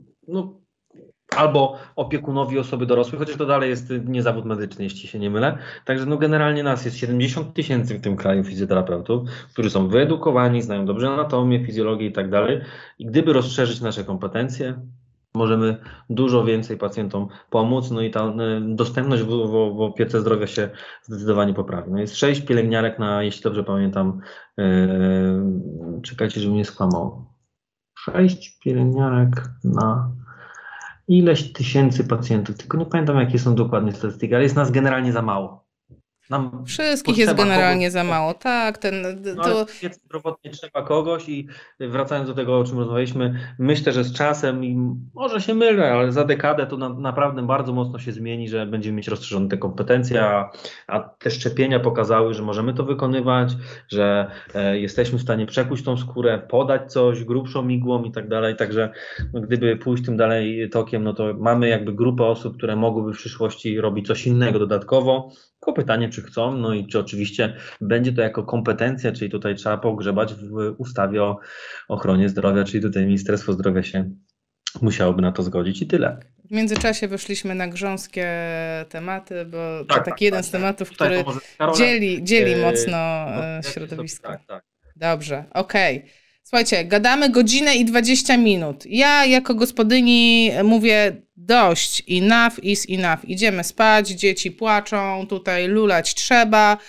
albo opiekunowi osoby dorosłej, chociaż to dalej jest nie zawód medyczny, jeśli się nie mylę. Także generalnie nas jest 70 000 w tym kraju fizjoterapeutów, którzy są wyedukowani, znają dobrze anatomię, fizjologię i tak dalej. I gdyby rozszerzyć nasze kompetencje, możemy dużo więcej pacjentom pomóc, i ta dostępność w opiece zdrowia się zdecydowanie poprawi. Jest 6 pielęgniarek na, jeśli dobrze pamiętam, czekajcie, żeby mnie skłamał. 6 pielęgniarek na ileś tysięcy pacjentów, tylko nie pamiętam, jakie są dokładnie statystyki, ale jest nas generalnie za mało. Wszystkich jest generalnie za mało, tak. Ale zdrowotnie trzeba kogoś i wracając do tego, o czym rozmawialiśmy, myślę, że z czasem, i może się mylę, ale za dekadę to naprawdę bardzo mocno się zmieni, że będziemy mieć rozszerzone te kompetencje, a te szczepienia pokazały, że możemy to wykonywać, że jesteśmy w stanie przekuć tą skórę, podać coś grubszą igłą i tak dalej, także gdyby pójść tym dalej tokiem, to mamy jakby grupę osób, które mogłyby w przyszłości robić coś innego dodatkowo. Tylko pytanie, czy chcą, i czy oczywiście będzie to jako kompetencja, czyli tutaj trzeba pogrzebać w ustawie o ochronie zdrowia, czyli tutaj Ministerstwo Zdrowia się musiałoby na to zgodzić i tyle. W międzyczasie wyszliśmy na grząskie tematy, bo to taki jeden z tematów, który dzieli mocno środowisko. Tak. Dobrze, okej. Słuchajcie, gadamy godzinę i 20 minut. Ja jako gospodyni mówię dość, enough is enough. Idziemy spać, dzieci płaczą, tutaj lulać trzeba.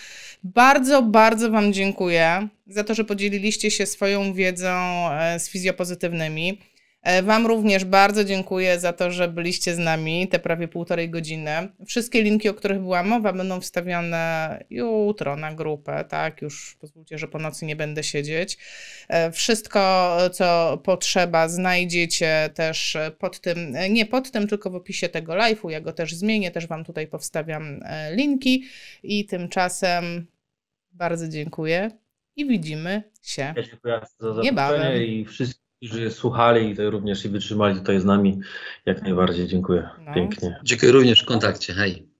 Bardzo, bardzo Wam dziękuję za to, że podzieliliście się swoją wiedzą z fizjopozytywnymi. Wam również bardzo dziękuję za to, że byliście z nami te prawie 1,5 godziny. Wszystkie linki, o których była mowa, będą wstawione jutro na grupę, tak? Już pozwólcie, że po nocy nie będę siedzieć. Wszystko, co potrzeba, znajdziecie też pod tym, nie pod tym, tylko w opisie tego live'u. Ja go też zmienię, też Wam tutaj powstawiam linki. I tymczasem bardzo dziękuję i widzimy się Ja dziękuję za niebawem. zaproszenie i wszystkim, którzy słuchali i to również i wytrzymali tutaj z nami. Jak najbardziej dziękuję. No. Pięknie. Dziękuję również w kontakcie. Hej.